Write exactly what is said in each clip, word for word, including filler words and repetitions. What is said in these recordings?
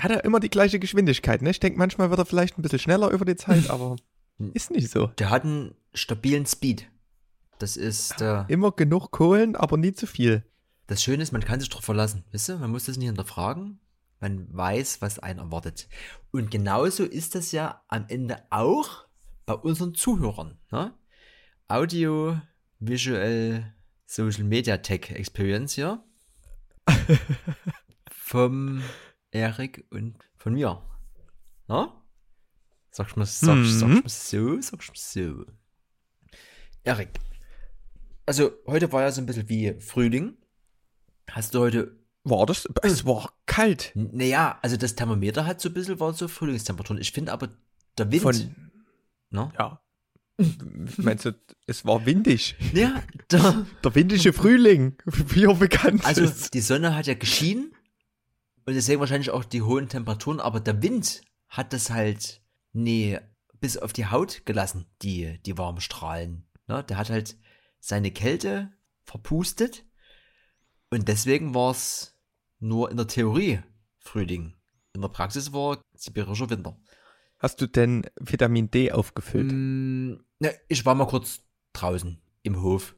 hat er immer die gleiche Geschwindigkeit, ne? Ich denke, manchmal wird er vielleicht ein bisschen schneller über die Zeit, aber ist nicht so. Der hat einen stabilen Speed. Das ist äh, Immer genug Kohlen, aber nie zu viel. das Schöne ist, man kann sich darauf verlassen. Weißt du, man muss das nicht hinterfragen. Man weiß, was einen erwartet. Und genauso ist das ja am Ende auch bei unseren Zuhörern. Ne? Audio, Visual, Social Media Tech Experience hier. Vom Erik und von mir. Na? Sagst du mal, sag, Mhm. sagst du mal so, sagst du mal so. Erik, also heute war ja so ein bisschen wie Frühling. Hast du heute, War das? Es war kalt. naja, also das Thermometer hat so ein bisschen, war so Frühlingstemperaturen. Ich finde aber der Wind, Von, ne? ja. Meinst du, es war windig? Ja, der, Der windige Frühling, wie er bekannt also ist. die Sonne hat ja geschienen und deswegen wahrscheinlich auch die hohen Temperaturen, aber der Wind hat das halt, nee, bis auf die Haut gelassen, die, die warmen Strahlen. Ne? Der hat halt seine Kälte verpustet und deswegen war es nur in der Theorie Frühling. In der Praxis war sibirischer Winter. Hast du denn Vitamin D aufgefüllt? Mm, ne, ich war mal kurz draußen im Hof.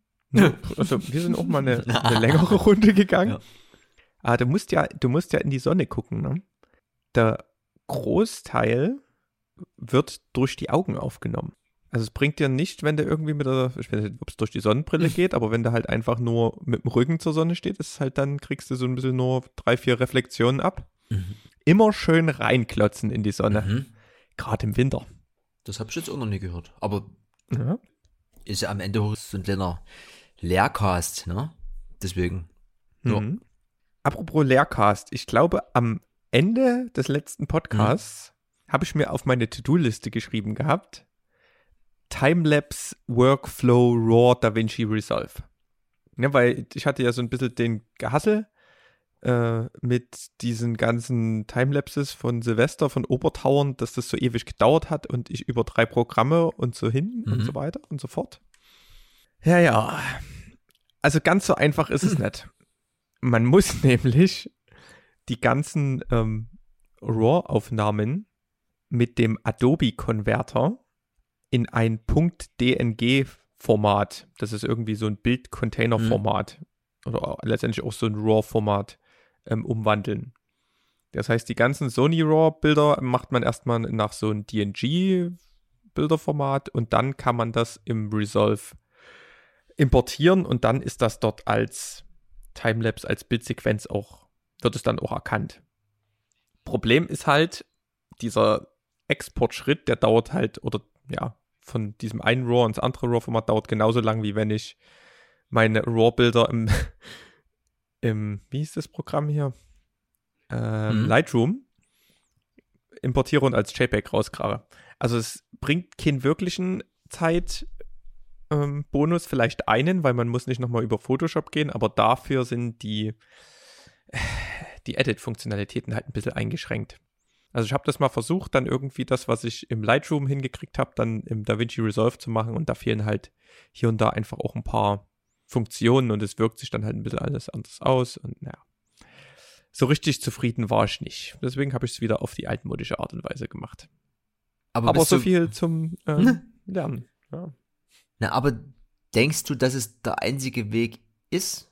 Also wir sind auch mal eine, eine längere Runde gegangen. Ja. Aber du musst ja, du musst ja in die Sonne gucken, ne? Der Großteil wird durch die Augen aufgenommen. Also es bringt dir nicht, wenn du irgendwie mit der, ich weiß nicht, ob es durch die Sonnenbrille geht, aber wenn du halt einfach nur mit dem Rücken zur Sonne steht, ist es halt dann, kriegst du so ein bisschen nur drei, vier Reflexionen ab. Mhm. Immer schön reinklotzen in die Sonne, Mhm. gerade im Winter. Das habe ich jetzt auch noch nie gehört. Aber Ja. ist ja am Ende auch so ein kleiner Lehrcast, ne? Deswegen. Ja. Mhm. Apropos Lehrcast, ich glaube, am Ende des letzten Podcasts Mhm. habe ich mir auf meine To-Do-Liste geschrieben gehabt, Timelapse Workflow Raw DaVinci Resolve. Ja, weil ich hatte ja so ein bisschen den Gehassel äh, mit diesen ganzen Timelapses von Silvester, von Obertauern, dass das so ewig gedauert hat und ich über drei Programme und so hin Mhm. und so weiter und so fort. Ja, ja. Also ganz so einfach ist es nicht. Man muss nämlich die ganzen ähm, RAW-Aufnahmen mit dem Adobe-Konverter in ein .dng-Format, das ist irgendwie so ein Bild-Container-Format oder letztendlich auch so ein RAW-Format ähm, umwandeln. Das heißt, die ganzen Sony RAW-Bilder macht man erstmal nach so einem D N G-Bilderformat und dann kann man das im Resolve importieren und dann ist das dort als Timelapse, als Bildsequenz auch, wird es dann auch erkannt. Problem ist halt, dieser Exportschritt, der dauert halt, oder ja, von diesem einen RAW ins andere RAW-Format dauert genauso lang, wie wenn ich meine RAW-Bilder im, im, wie hieß das Programm hier? Ähm, Mhm. Lightroom importiere und als JPEG rauskrache. Also es bringt keinen wirklichen Zeit- Ähm, Bonus, vielleicht einen, weil man muss nicht nochmal über Photoshop gehen, aber dafür sind die, die Edit-Funktionalitäten halt ein bisschen eingeschränkt. Also ich habe das mal versucht, dann irgendwie das, was ich im Lightroom hingekriegt habe, dann im DaVinci Resolve zu machen und da fehlen halt hier und da einfach auch ein paar Funktionen und es wirkt sich dann halt ein bisschen alles anders aus und naja. So richtig zufrieden war ich nicht. Deswegen habe ich es wieder auf die altmodische Art und Weise gemacht. Aber, Aber bist so du, viel zum ähm, Lernen. Ja. na, aber denkst du, dass es der einzige Weg ist?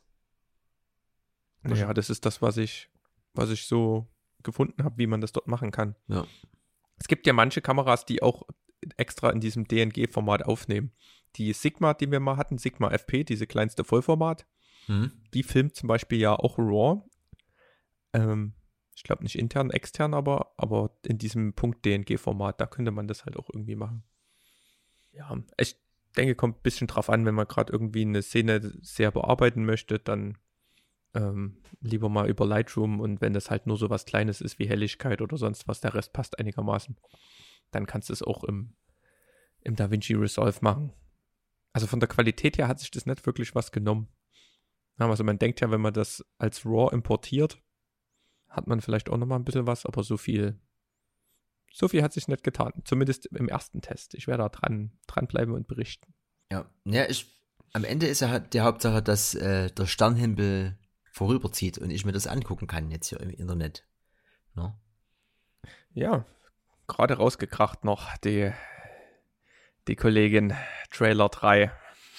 Naja, das ist das, was ich, was ich so gefunden habe, wie man das dort machen kann. Ja. Es gibt ja manche Kameras, die auch extra in diesem D N G-Format aufnehmen. Die Sigma, die wir mal hatten, Sigma F P, diese kleinste Vollformat, Mhm. die filmt zum Beispiel ja auch RAW. Ähm, ich glaube nicht intern, extern, aber, aber in diesem .D N G-Format, da könnte man das halt auch irgendwie machen. Ja, ich denke, kommt ein bisschen drauf an, wenn man gerade irgendwie eine Szene sehr bearbeiten möchte, dann ähm, lieber mal über Lightroom und wenn das halt nur so was Kleines ist wie Helligkeit oder sonst was, der Rest passt einigermaßen, dann kannst du es auch im, im DaVinci Resolve machen. Also von der Qualität her hat sich das nicht wirklich was genommen. Ja, also man denkt ja, wenn man das als RAW importiert, hat man vielleicht auch nochmal ein bisschen was, aber so viel so viel hat sich nicht getan. Zumindest im ersten Test. Ich werde da dran, dranbleiben und berichten. Ja, ja ich, am Ende ist ja halt die Hauptsache, dass äh, der Sternhimmel vorüberzieht und ich mir das angucken kann jetzt hier im Internet. Ne? Ja, gerade rausgekracht noch die, die Kollegin Trailer drei.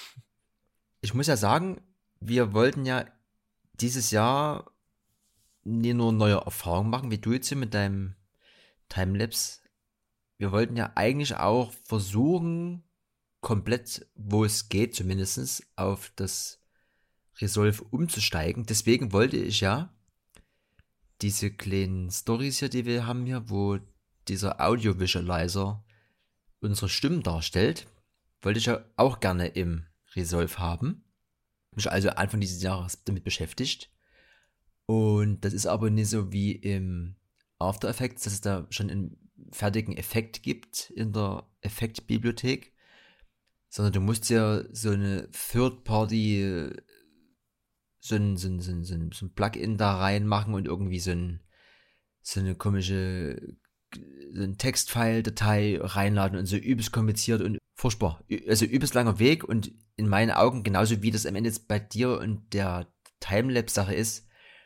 Ich muss ja sagen, wir wollten ja dieses Jahr nie nur neue Erfahrungen machen, wie du jetzt hier mit deinem Timelapse. Wir wollten ja eigentlich auch versuchen, komplett, wo es geht, zumindest auf das Resolve umzusteigen. Deswegen wollte ich ja diese kleinen Stories hier, die wir haben hier, wo dieser Audio-Visualizer unsere Stimmen darstellt, wollte ich ja auch gerne im Resolve haben. Mich also Anfang dieses Jahres damit beschäftigt. Und das ist aber nicht so wie im After Effects, dass es da schon einen fertigen Effekt gibt in der Effektbibliothek, sondern du musst ja so eine Third-Party, so ein, so ein, so ein, so ein, so ein Plugin da reinmachen und irgendwie so, ein, so eine komische so ein Textfile-Datei reinladen und so übelst kompliziert und furchtbar. Also übelst langer Weg und in meinen Augen, genauso wie das am Ende jetzt bei dir und der Timelapse-Sache ist,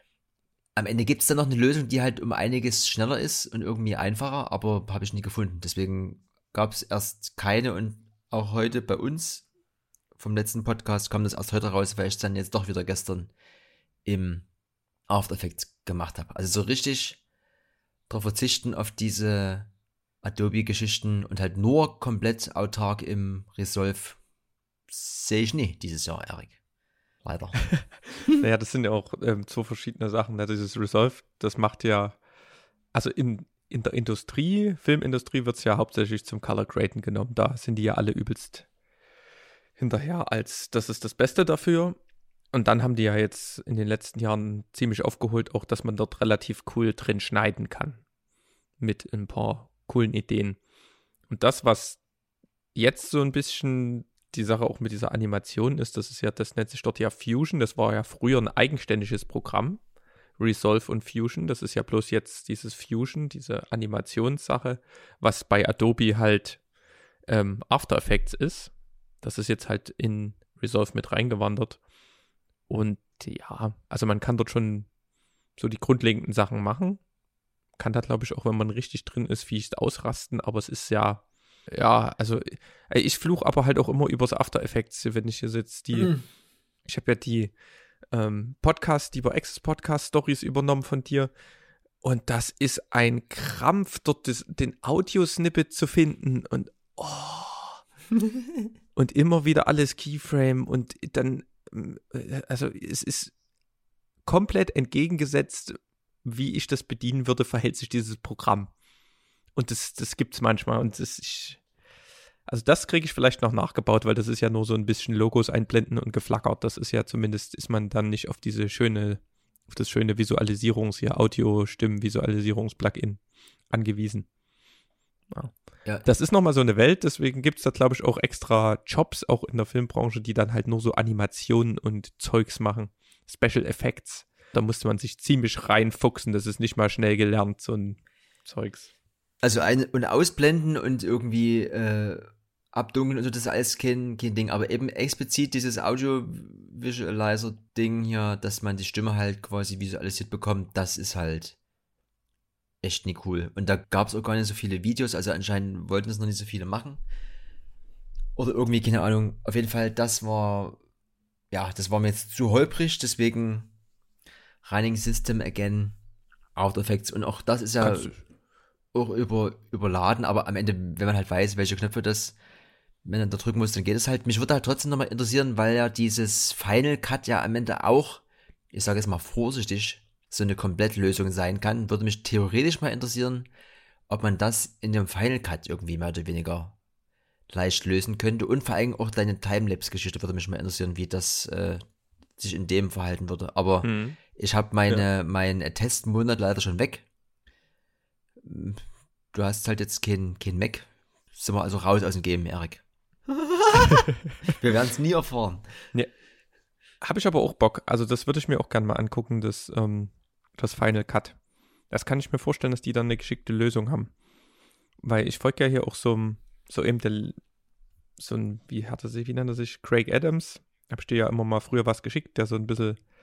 am Ende gibt es dann noch eine Lösung, die halt um einiges schneller ist und irgendwie einfacher, aber habe ich nie gefunden. Deswegen gab es erst keine und auch heute bei uns vom letzten Podcast kam das erst heute raus, weil ich es dann jetzt doch wieder gestern im After Effects gemacht habe. Also so richtig darauf verzichten auf diese Adobe-Geschichten und halt nur komplett autark im Resolve sehe ich nie dieses Jahr, Erik. Leider. Naja, das sind ja auch ähm, zwei verschiedene Sachen. Ne? Dieses Resolve, das macht ja, also in, in der Industrie, Filmindustrie wird es ja hauptsächlich zum Color Graden genommen. Da sind die ja alle übelst hinterher, als das ist das Beste dafür. Und dann haben die ja jetzt in den letzten Jahren ziemlich aufgeholt, auch dass man dort relativ cool drin schneiden kann. Mit ein paar coolen Ideen. Und das, was jetzt so ein bisschen die Sache auch mit dieser Animation ist, das ist ja, das nennt sich dort ja Fusion, das war ja früher ein eigenständiges Programm, Resolve und Fusion, das ist ja bloß jetzt dieses Fusion, diese Animationssache, was bei Adobe halt ähm, After Effects ist, das ist jetzt halt in Resolve mit reingewandert und ja, also man kann dort schon so die grundlegenden Sachen machen, kann da glaube ich auch, wenn man richtig drin ist, fies ausrasten, aber es ist ja Ja, also ich fluche aber halt auch immer übers After Effects, wenn ich hier sitze. Die, mm. Ich habe ja die ähm, Podcast, die über Access Podcast Stories übernommen von dir. Und das ist ein Krampf, dort das, den Audio-Snippet zu finden und oh. Und immer wieder alles Keyframe und dann, also es ist komplett entgegengesetzt, wie ich das bedienen würde, verhält sich dieses Programm. Und das, das gibt es manchmal. Und das ich, also das kriege ich vielleicht noch nachgebaut, weil das ist ja nur so ein bisschen Logos einblenden und geflackert. Das ist ja zumindest, ist man dann nicht auf diese schöne, auf das schöne Visualisierungs-, hier Audio-Stimmen-Visualisierungs-Plugin angewiesen. Ja. Ja. Das ist nochmal so eine Welt, deswegen gibt es da, glaube ich, auch extra Jobs, auch in der Filmbranche, die dann halt nur so Animationen und Zeugs machen. Special Effects. Da musste man sich ziemlich reinfuchsen. Das ist nicht mal schnell gelernt, so ein Zeugs. Also ein und ausblenden und irgendwie äh, abdunkeln und so, das ist alles kein, kein Ding. Aber eben explizit dieses Audio-Visualizer-Ding hier, dass man die Stimme halt quasi visualisiert bekommt, das ist halt echt nicht cool. Und da gab es auch gar nicht so viele Videos, also anscheinend wollten es noch nicht so viele machen. Oder irgendwie, keine Ahnung. Auf jeden Fall, das war, ja, das war mir jetzt zu holprig, deswegen Running System again, After Effects. Und auch das ist ja Kannst auch über, überladen, aber am Ende, wenn man halt weiß, welche Knöpfe das, wenn man da drücken muss, dann geht es halt. Mich würde halt trotzdem nochmal interessieren, weil ja dieses Final Cut ja am Ende auch, ich sage jetzt mal vorsichtig, so eine Komplettlösung sein kann. Würde mich theoretisch mal interessieren, ob man das in dem Final Cut irgendwie mehr oder weniger leicht lösen könnte. Und vor allem auch deine Timelapse-Geschichte würde mich mal interessieren, wie das äh, sich in dem verhalten würde. Aber hm. ich habe meine ja. meinen Testmonat leider schon weg. Du hast halt jetzt kein, kein Mac. Sind wir also raus aus dem Game, Erik. Wir werden es nie erfahren. Ja. Habe ich aber auch Bock. Also das würde ich mir auch gerne mal angucken, das, ähm, das Final Cut. Das kann ich mir vorstellen, dass die dann eine geschickte Lösung haben. Weil ich folge ja hier auch so, so eben der, so ein, wie hat er sich, wie nennt er sich, Craig Adams. Habe ich dir ja immer mal früher was geschickt, der so ein bisschen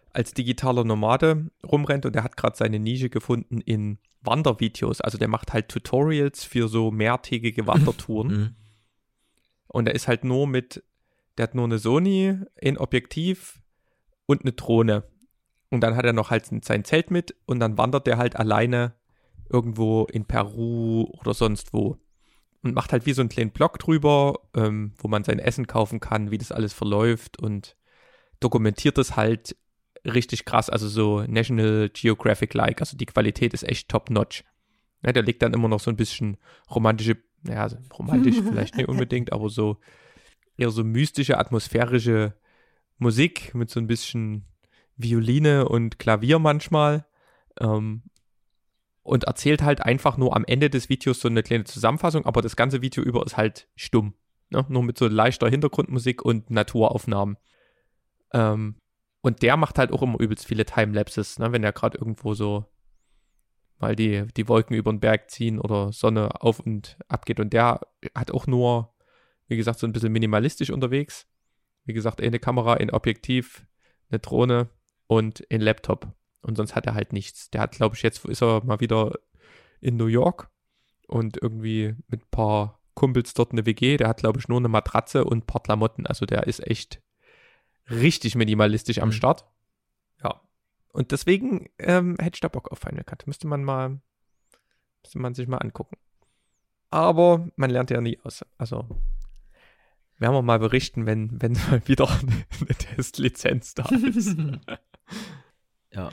als digitaler Nomade rumrennt und der hat gerade seine Nische gefunden in Wandervideos. Also der macht halt Tutorials für so mehrtägige Wandertouren. Mhm. Und er ist halt nur mit, der hat nur eine Sony, ein Objektiv und eine Drohne. Und dann hat er noch halt sein Zelt mit und dann wandert der halt alleine irgendwo in Peru oder sonst wo. Und macht halt wie so einen kleinen Blog drüber, ähm, wo man sein Essen kaufen kann, wie das alles verläuft und dokumentiert das halt richtig krass, also so National Geographic-like, also die Qualität ist echt top-notch. Ja, der legt dann immer noch so ein bisschen romantische, ja, romantisch vielleicht nicht unbedingt, aber so eher so mystische, atmosphärische Musik mit so ein bisschen Violine und Klavier manchmal ähm, und erzählt halt einfach nur am Ende des Videos so eine kleine Zusammenfassung, aber das ganze Video über ist halt stumm, ne? Nur mit so leichter Hintergrundmusik und Naturaufnahmen. Ähm, und der macht halt auch immer übelst viele Timelapses, ne? Wenn er gerade irgendwo so mal die, die Wolken über den Berg ziehen oder Sonne auf und ab geht. Und der hat auch nur, wie gesagt, so ein bisschen minimalistisch unterwegs. Wie gesagt, eine Kamera, ein Objektiv, eine Drohne und ein Laptop. Und sonst hat er halt nichts. Der hat, glaube ich, jetzt ist er mal wieder in New York und irgendwie mit ein paar Kumpels dort eine W G. Der hat, glaube ich, nur eine Matratze und ein paar Klamotten. Also der ist echt richtig minimalistisch am Mhm. Start. Ja. Und deswegen ähm, hätte ich da Bock auf Final Cut. Müsste man mal, müsste man sich mal angucken. Aber man lernt ja nie aus. Also werden wir mal berichten, wenn, wenn mal wieder eine, eine Testlizenz da ist. Ja.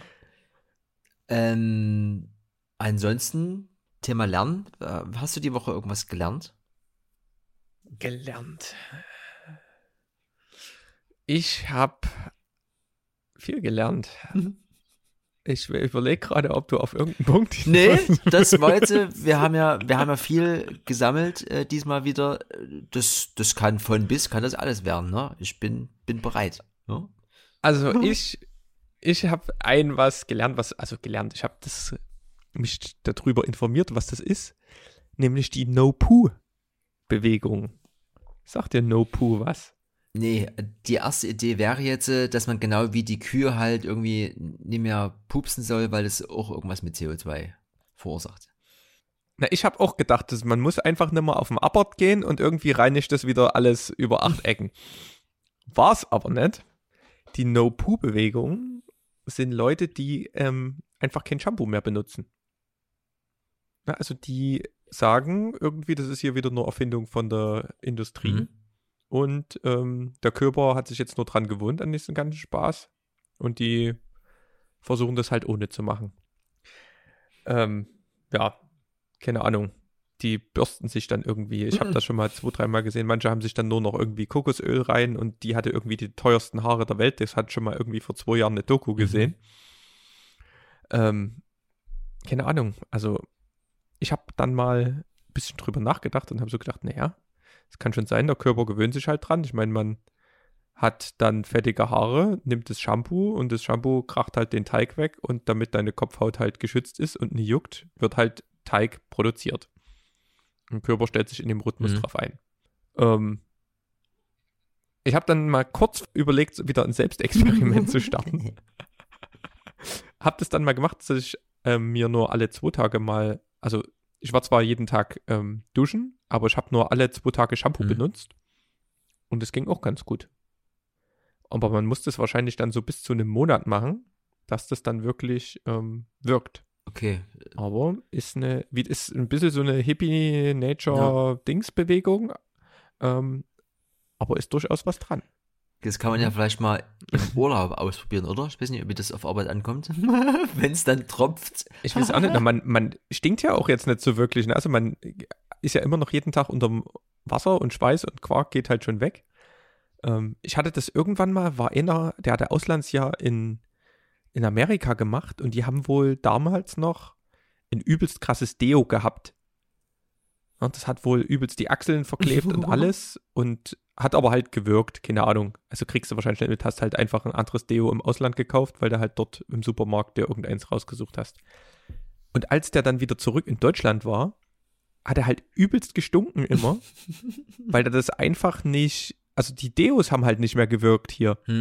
Ähm, ansonsten, Thema Lernen. Äh, Hast du die Woche irgendwas gelernt? Gelernt. Ich habe viel gelernt. Ich überlege gerade, ob du auf irgendeinen Punkt Nee, hinaus das war jetzt, willst. äh, wir haben ja, wir haben ja viel gesammelt, äh, diesmal wieder. Das, das kann von bis, kann das alles werden, ne? Ich bin, bin bereit. Ne? Also ich, ich habe ein was gelernt, was, also gelernt, ich habe das, mich darüber informiert, was das ist, nämlich die No-Poo-Bewegung. Sagt dir No-Poo was? Nee, die erste Idee wäre jetzt, äh, dass man genau wie die Kühe halt irgendwie nicht mehr pupsen soll, weil es auch irgendwas mit C O zwei verursacht. Na, ich habe auch gedacht, dass man muss einfach nicht mehr auf den Abort gehen und irgendwie reinigt das wieder alles über acht Ecken. War's aber nicht. Die No-Poo-Bewegung sind Leute, die ähm, einfach kein Shampoo mehr benutzen. Na, also die sagen irgendwie, das ist hier wieder nur Erfindung von der Industrie. Mhm. Und ähm, der Körper hat sich jetzt nur dran gewöhnt an diesen ganzen Spaß. Und die versuchen das halt ohne zu machen. Ähm, ja, keine Ahnung. Die bürsten sich dann irgendwie. Ich habe das schon mal zwei, dreimal gesehen. Manche haben sich dann nur noch irgendwie Kokosöl rein und die hatte irgendwie die teuersten Haare der Welt. Das hat schon mal irgendwie vor zwei Jahren eine Doku gesehen. Mhm. Ähm, keine Ahnung. Also ich habe dann mal ein bisschen drüber nachgedacht und habe so gedacht, naja, es kann schon sein, der Körper gewöhnt sich halt dran. Ich meine, man hat dann fettige Haare, nimmt das Shampoo und das Shampoo kracht halt den Teig weg und damit deine Kopfhaut halt geschützt ist und nie juckt, wird halt Teig produziert. Der Körper stellt sich in dem Rhythmus mhm. drauf ein. Ähm, ich habe dann mal kurz überlegt, wieder ein Selbstexperiment zu starten. Hab das dann mal gemacht, dass ich ähm, mir nur alle zwei Tage mal, also ich war zwar jeden Tag ähm, duschen, aber ich habe nur alle zwei Tage Shampoo mhm. benutzt und es ging auch ganz gut. Aber man muss das wahrscheinlich dann so bis zu einem Monat machen, dass das dann wirklich ähm, wirkt. Okay. Aber ist eine, wie ist ein bisschen so eine Hippie-Nature-Dings-Bewegung, ähm, aber ist durchaus was dran. Das kann man ja vielleicht mal im Urlaub ausprobieren, oder? Ich weiß nicht, wie das auf Arbeit ankommt. Wenn es dann tropft. Ich weiß auch nicht, man, man stinkt ja auch jetzt nicht so wirklich. Ne? Also man ist ja immer noch jeden Tag unterm Wasser und Schweiß und Quark geht halt schon weg. Ähm, ich hatte das irgendwann mal, war einer, der hatte Auslandsjahr in, in Amerika gemacht und die haben wohl damals noch ein übelst krasses Deo gehabt. Und das hat wohl übelst die Achseln verklebt und alles und hat aber halt gewirkt, keine Ahnung. Also kriegst du wahrscheinlich nicht mit, hast halt einfach ein anderes Deo im Ausland gekauft, weil du halt dort im Supermarkt dir irgendeins rausgesucht hast. Und als der dann wieder zurück in Deutschland war, hat er halt übelst gestunken immer, weil er das einfach nicht, also die Deos haben halt nicht mehr gewirkt hier. Hm.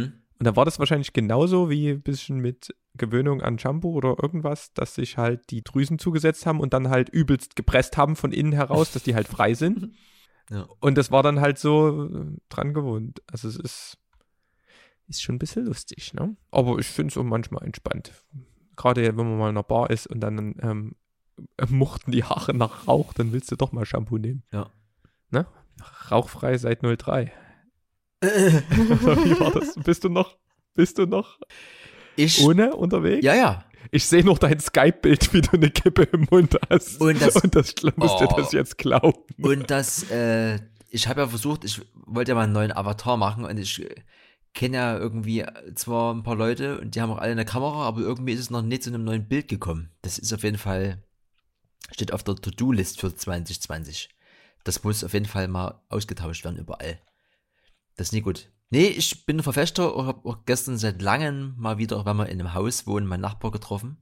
Und da war das wahrscheinlich genauso wie ein bisschen mit Gewöhnung an Shampoo oder irgendwas, dass sich halt die Drüsen zugesetzt haben und dann halt übelst gepresst haben von innen heraus, dass die halt frei sind. Ja. Und das war dann halt so äh, dran gewohnt. Also es ist, ist schon ein bisschen lustig, ne? Aber ich finde es auch manchmal entspannt. Gerade wenn man mal in einer Bar ist und dann ähm, muchten die Haare nach Rauch, dann willst du doch mal Shampoo nehmen. Ja. Ne? Rauchfrei seit null drei. Oder wie war das? Bist du noch, bist du noch Ich, ohne unterwegs? ja, ja. Ich sehe noch dein Skype-Bild, wie du eine Kippe im Mund hast. Und das, und das musst du oh. das jetzt glauben. Und das, äh, ich habe ja versucht, ich wollte ja mal einen neuen Avatar machen und ich kenne ja irgendwie zwar ein paar Leute und die haben auch alle eine Kamera, aber irgendwie ist es noch nicht zu einem neuen Bild gekommen. Das ist auf jeden Fall, steht auf der To-Do-List für zwanzig zwanzig. Das muss auf jeden Fall mal ausgetauscht werden überall. Das ist nie gut. Nee, ich bin ein Verfechter und habe auch gestern seit langem mal wieder, wenn wir in einem Haus wohnen, meinen Nachbar getroffen.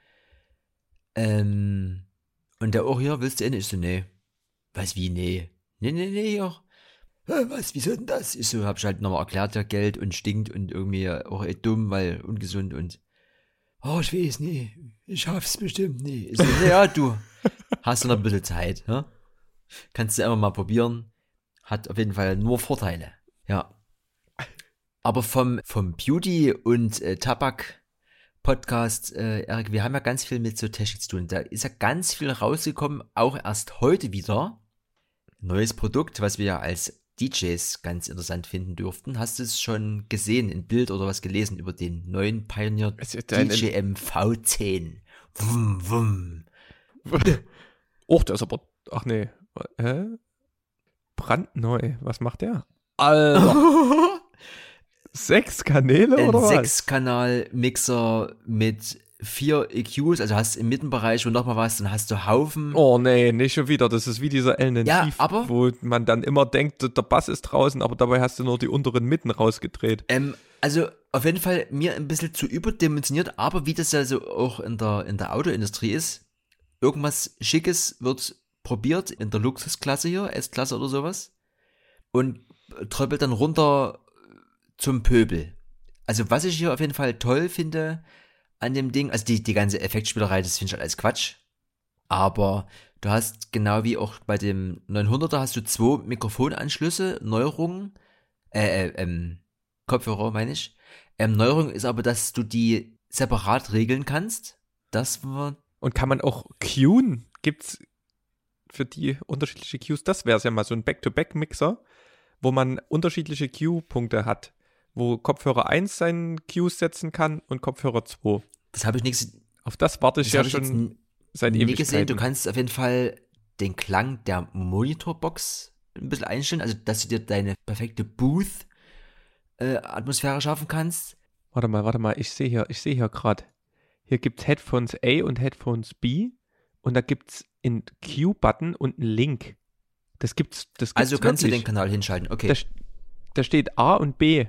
Ähm, und der auch hier, willst du eh nicht? Ich so, nee. Was, wie, nee? Nee, nee, nee, hier. Was, wieso denn das? Ich so, hab ich halt nochmal erklärt, ja, Geld und stinkt und irgendwie auch eh dumm, weil ungesund und oh, ich weiß, nee, ich schaff's bestimmt, nee. Ich so, naja, du hast du noch ein bisschen Zeit, ja? Kannst du einfach mal probieren. Hat auf jeden Fall nur Vorteile, ja. Aber vom, vom Beauty- und äh, Tabak-Podcast, äh, Erik, wir haben ja ganz viel mit so Technik zu tun. Da ist ja ganz viel rausgekommen, auch erst heute wieder. Neues Produkt, was wir ja als D Js ganz interessant finden dürften. Hast du es schon gesehen, ein Bild oder was gelesen über den neuen Pioneer D J M V zehn? Wum, wum. Och, der ist aber, ach nee, äh? brandneu. Was macht der? Alter. Sechs Kanäle Ein oder was? Sechs-Kanal-Mixer mit vier E Qs, also hast im Mittenbereich und nochmal was, dann hast du Haufen. Oh nee, nicht schon wieder. Das ist wie dieser L N Ja, Tief, aber- wo man dann immer denkt, der Bass ist draußen, aber dabei hast du nur die unteren Mitten rausgedreht. Ähm, also auf jeden Fall mir ein bisschen zu überdimensioniert, aber wie das ja so auch in der, in der Autoindustrie ist, irgendwas Schickes wird probiert in der Luxusklasse hier, S-Klasse oder sowas, und tröppelt dann runter zum Pöbel. Also was ich hier auf jeden Fall toll finde an dem Ding, also die, die ganze Effektspielerei, das finde ich halt als Quatsch, aber du hast genau wie auch bei dem neunhunderter hast du zwei Mikrofonanschlüsse, Neuerungen, äh, äh, ähm, Kopfhörer meine ich. Ähm, Neuerung ist aber, dass du die separat regeln kannst. Das war, Und kann man auch queuen? Gibt's für die unterschiedliche Cues? Das wäre es ja mal, so ein Back-to-Back-Mixer, wo man unterschiedliche Cue-Punkte hat, wo Kopfhörer eins seinen Cues setzen kann und Kopfhörer zwei. das habe ich nichts, Auf das warte ich das ja habe ich jetzt schon n- seit nie gesehen. Ewigkeiten. Du kannst auf jeden Fall den Klang der Monitorbox ein bisschen einstellen, also dass du dir deine perfekte Booth-Atmosphäre schaffen kannst. Warte mal, warte mal, ich sehe hier, ich sehe hier gerade. Hier gibt es Headphones A und Headphones B und da gibt es einen Q-Button und einen Link. Das gibt's, das gibt's Also kannst wirklich. du den Kanal hinschalten, okay. Da, da steht A und B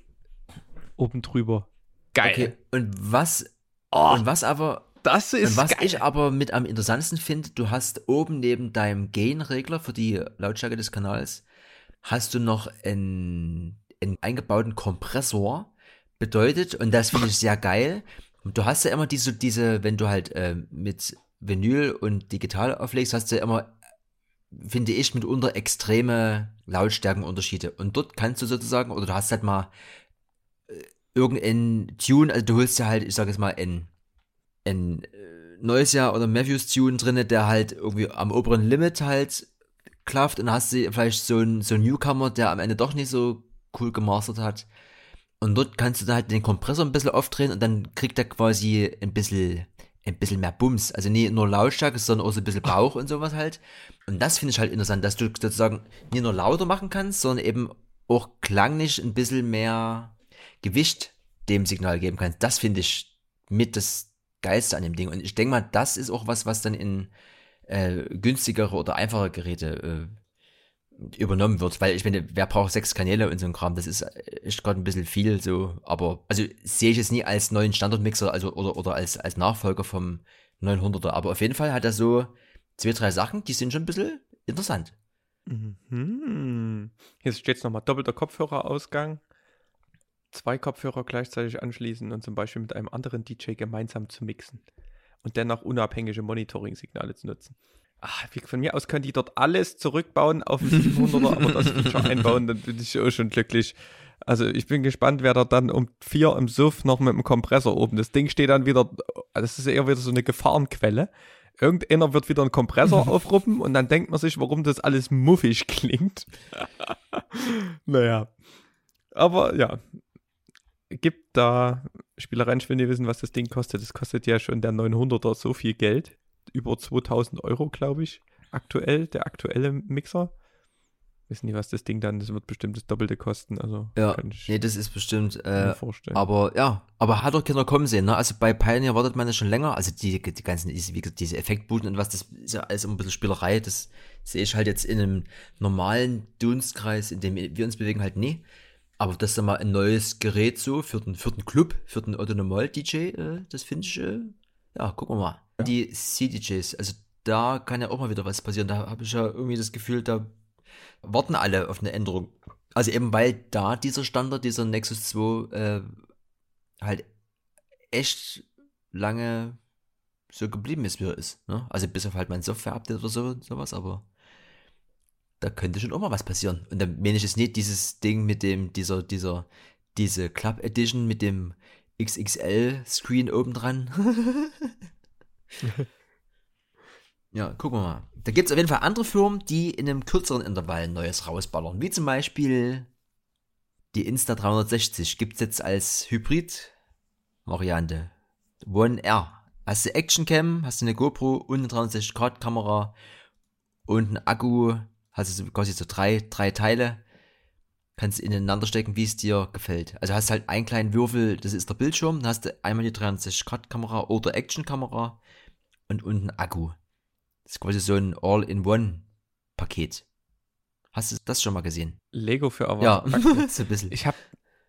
oben drüber. Geil. Okay, und was, Oh, und was aber, das ist und was geil. ich aber mit am interessantesten finde, du hast oben neben deinem Gain-Regler für die Lautstärke des Kanals, hast du noch einen, einen eingebauten Kompressor. Bedeutet, und das finde ich sehr geil, du hast ja immer diese, diese, wenn du halt äh, mit Vinyl und digital auflegst, hast du ja immer, finde ich, mitunter extreme Lautstärkenunterschiede. Und dort kannst du sozusagen, oder du hast halt mal äh, irgendein Tune, also du holst ja halt, ich sag jetzt mal, ein, ein äh, Noisia oder Matthews Tune drinne, der halt irgendwie am oberen Limit halt klafft und dann hast du vielleicht so ein, so ein Newcomer, der am Ende doch nicht so cool gemastert hat. Und dort kannst du dann halt den Kompressor ein bisschen aufdrehen und dann kriegt er quasi ein bisschen, ein bisschen mehr Bums. Also nicht nur Lautstärke, sondern auch so ein bisschen Bauch und sowas halt. Und das finde ich halt interessant, dass du sozusagen nicht nur lauter machen kannst, sondern eben auch klanglich ein bisschen mehr Gewicht dem Signal geben kannst. Das finde ich mit das Geilste an dem Ding. Und ich denke mal, das ist auch was, was dann in äh, günstigere oder einfache Geräte äh, übernommen wird, weil ich meine, wer braucht sechs Kanäle und so ein Kram, das ist echt gerade ein bisschen viel so, aber, also sehe ich es nie als neuen Standardmixer, also, oder, oder als, als Nachfolger vom neunhunderter, aber auf jeden Fall hat er so zwei, drei Sachen, die sind schon ein bisschen interessant. Mhm. Hier steht es nochmal, doppelter Kopfhörerausgang, zwei Kopfhörer gleichzeitig anschließen und zum Beispiel mit einem anderen D J gemeinsam zu mixen und dennoch unabhängige Monitoring-Signale zu nutzen. Ach, wie, von mir aus können die dort alles zurückbauen auf den siebenhunderter, aber das Feature einbauen, dann bin ich auch schon glücklich. Also ich bin gespannt, wer da dann um vier im Suff noch mit dem Kompressor oben. Das Ding steht dann wieder, das ist eher wieder so eine Gefahrenquelle. Irgendeiner wird wieder einen Kompressor aufruppen und dann denkt man sich, warum das alles muffig klingt. Naja. Aber ja, gibt da Spielereien, ich will nicht wissen, was das Ding kostet. Das kostet ja schon der neunhunderter so viel Geld. Über zweitausend Euro, glaube ich, aktuell, der aktuelle Mixer. Wissen nicht, was das Ding dann, das wird bestimmt das Doppelte kosten. Also ja, kann ich nee, das ist bestimmt, mir äh, vorstellen. aber ja, aber hat doch Kinder kommen sehen, ne? Also bei Pioneer wartet man ja schon länger, also die, die ganzen, diese, wie gesagt, diese Effektbuden und was, das ist ja alles immer ein bisschen Spielerei, das sehe ich halt jetzt in einem normalen Dunstkreis, in dem wir uns bewegen, halt nie. Aber das ist dann mal ein neues Gerät so für den, für den Club, für den Otto Normal D J, äh, das finde ich, äh, ja, gucken wir mal. Ja. Die C D Js, also da kann ja auch mal wieder was passieren, da habe ich ja irgendwie das Gefühl, da warten alle auf eine Änderung. Also eben weil da dieser Standard, dieser Nexus zwei äh, halt echt lange so geblieben ist, wie er ist. Ne? Also bis auf halt mein Software-Update oder so, sowas, aber da könnte schon auch mal was passieren. Und dann meine ich es nicht, dieses Ding mit dem, dieser, dieser, diese Club Edition mit dem X X L-Screen oben dran. Ja, gucken wir mal. Da gibt es auf jeden Fall andere Firmen, die in einem kürzeren Intervall ein Neues rausballern. Wie zum Beispiel die Insta dreihundertsechzig gibt es jetzt als Hybrid-Variante. One R. Hast du Actioncam, hast du eine GoPro und eine dreihundertsechzig Grad Kamera und einen Akku. Hast du quasi so drei, drei Teile. Kannst ineinander stecken, wie es dir gefällt. Also hast halt einen kleinen Würfel, das ist der Bildschirm. Dann hast du einmal die dreihundertsechzig Grad Kamera oder Action-Kamera und unten Akku. Das ist quasi so ein All-in-One-Paket. Hast du das schon mal gesehen? Lego für aber ja, so ein bisschen. Ich habe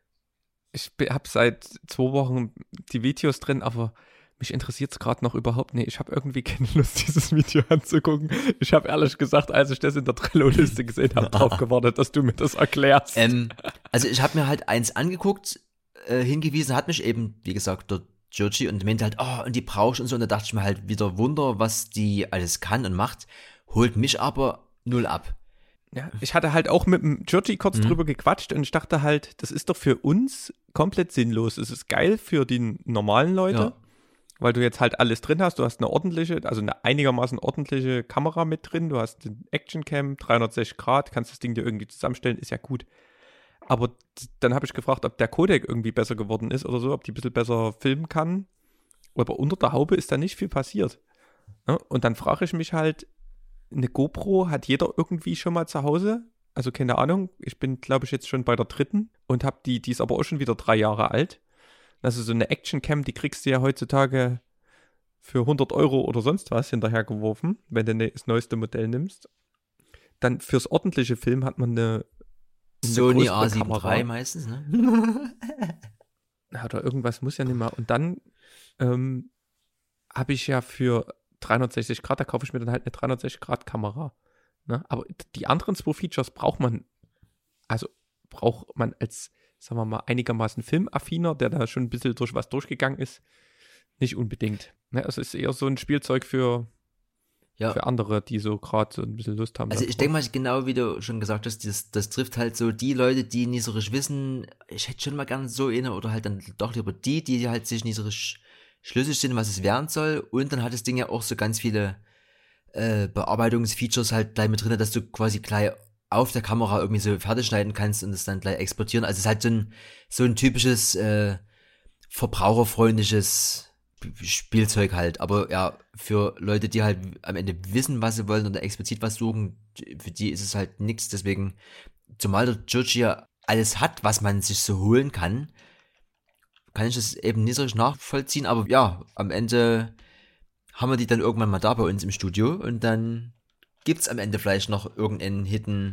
ich hab seit zwei Wochen die Videos drin, aber mich interessiert es gerade noch überhaupt nicht. Ich habe irgendwie keine Lust, dieses Video anzugucken. Ich habe ehrlich gesagt, als ich das in der Trello-Liste gesehen habe, drauf gewartet, dass du mir das erklärst. Ähm, also ich habe mir halt eins angeguckt, äh, hingewiesen, hat mich eben, wie gesagt, der Joji und meinte halt, oh, und die brauchst und so. Und da dachte ich mir halt wieder, Wunder, was die alles kann und macht, holt mich aber null ab. Ja, ich hatte halt auch mit dem Joji kurz mhm. drüber gequatscht und ich dachte halt, das ist doch für uns komplett sinnlos. Es ist geil für die normalen Leute, ja. Weil du jetzt halt alles drin hast. Du hast eine ordentliche, also eine einigermaßen ordentliche Kamera mit drin. Du hast den Actioncam, dreihundertsechzig Grad, kannst das Ding dir irgendwie zusammenstellen, ist ja gut. Aber dann habe ich gefragt, ob der Codec irgendwie besser geworden ist oder so, ob die ein bisschen besser filmen kann. Aber unter der Haube ist da nicht viel passiert. Ja, und dann frage ich mich halt, eine GoPro hat jeder irgendwie schon mal zu Hause. Also keine Ahnung, ich bin, glaube ich, jetzt schon bei der dritten und habe die, die ist aber auch schon wieder drei Jahre alt. Also so eine Actioncam, die kriegst du ja heutzutage für hundert Euro oder sonst was hinterhergeworfen, wenn du das neueste Modell nimmst. Dann fürs ordentliche Film hat man eine Sony A sieben drei meistens, ne? Ja, oder irgendwas muss ja nicht mehr. Und dann ähm, habe ich ja für dreihundertsechzig Grad, da kaufe ich mir dann halt eine dreihundertsechzig Grad Kamera. Ne? Aber die anderen zwei Features braucht man, also braucht man als, sagen wir mal, einigermaßen filmaffiner, der da schon ein bisschen durch was durchgegangen ist, nicht unbedingt. Ne? Es ist eher so ein Spielzeug für Ja. für andere, die so gerade so ein bisschen Lust haben. Also ich denke mal, genau wie du schon gesagt hast, das, das trifft halt so die Leute, die nicht so richtig wissen, ich hätte schon mal gerne so eine oder halt dann doch lieber die, die halt sich nicht so richtig schlüssig sind, was es werden soll. Und dann hat das Ding ja auch so ganz viele äh, Bearbeitungsfeatures halt gleich mit drin, dass du quasi gleich auf der Kamera irgendwie so fertig schneiden kannst und es dann gleich exportieren. Also es ist halt so ein, so ein typisches äh, verbraucherfreundliches Spielzeug halt, aber ja, für Leute, die halt am Ende wissen, was sie wollen oder explizit was suchen, für die ist es halt nichts, deswegen, zumal der Joji ja alles hat, was man sich so holen kann, kann ich das eben nicht so richtig nachvollziehen, aber ja, am Ende haben wir die dann irgendwann mal da bei uns im Studio und dann gibt's am Ende vielleicht noch irgendeinen Hidden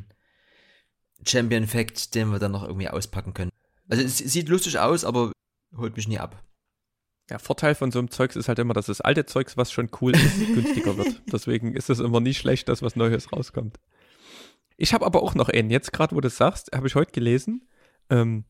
Champion Fact, den wir dann noch irgendwie auspacken können. Also es sieht lustig aus, aber holt mich nie ab. Ja, Vorteil von so einem Zeugs ist halt immer, dass das alte Zeugs, was schon cool ist, günstiger wird. Deswegen ist es immer nicht schlecht, dass was Neues rauskommt. Ich habe aber auch noch einen. Jetzt gerade, wo du das sagst, habe ich heute gelesen, ähm,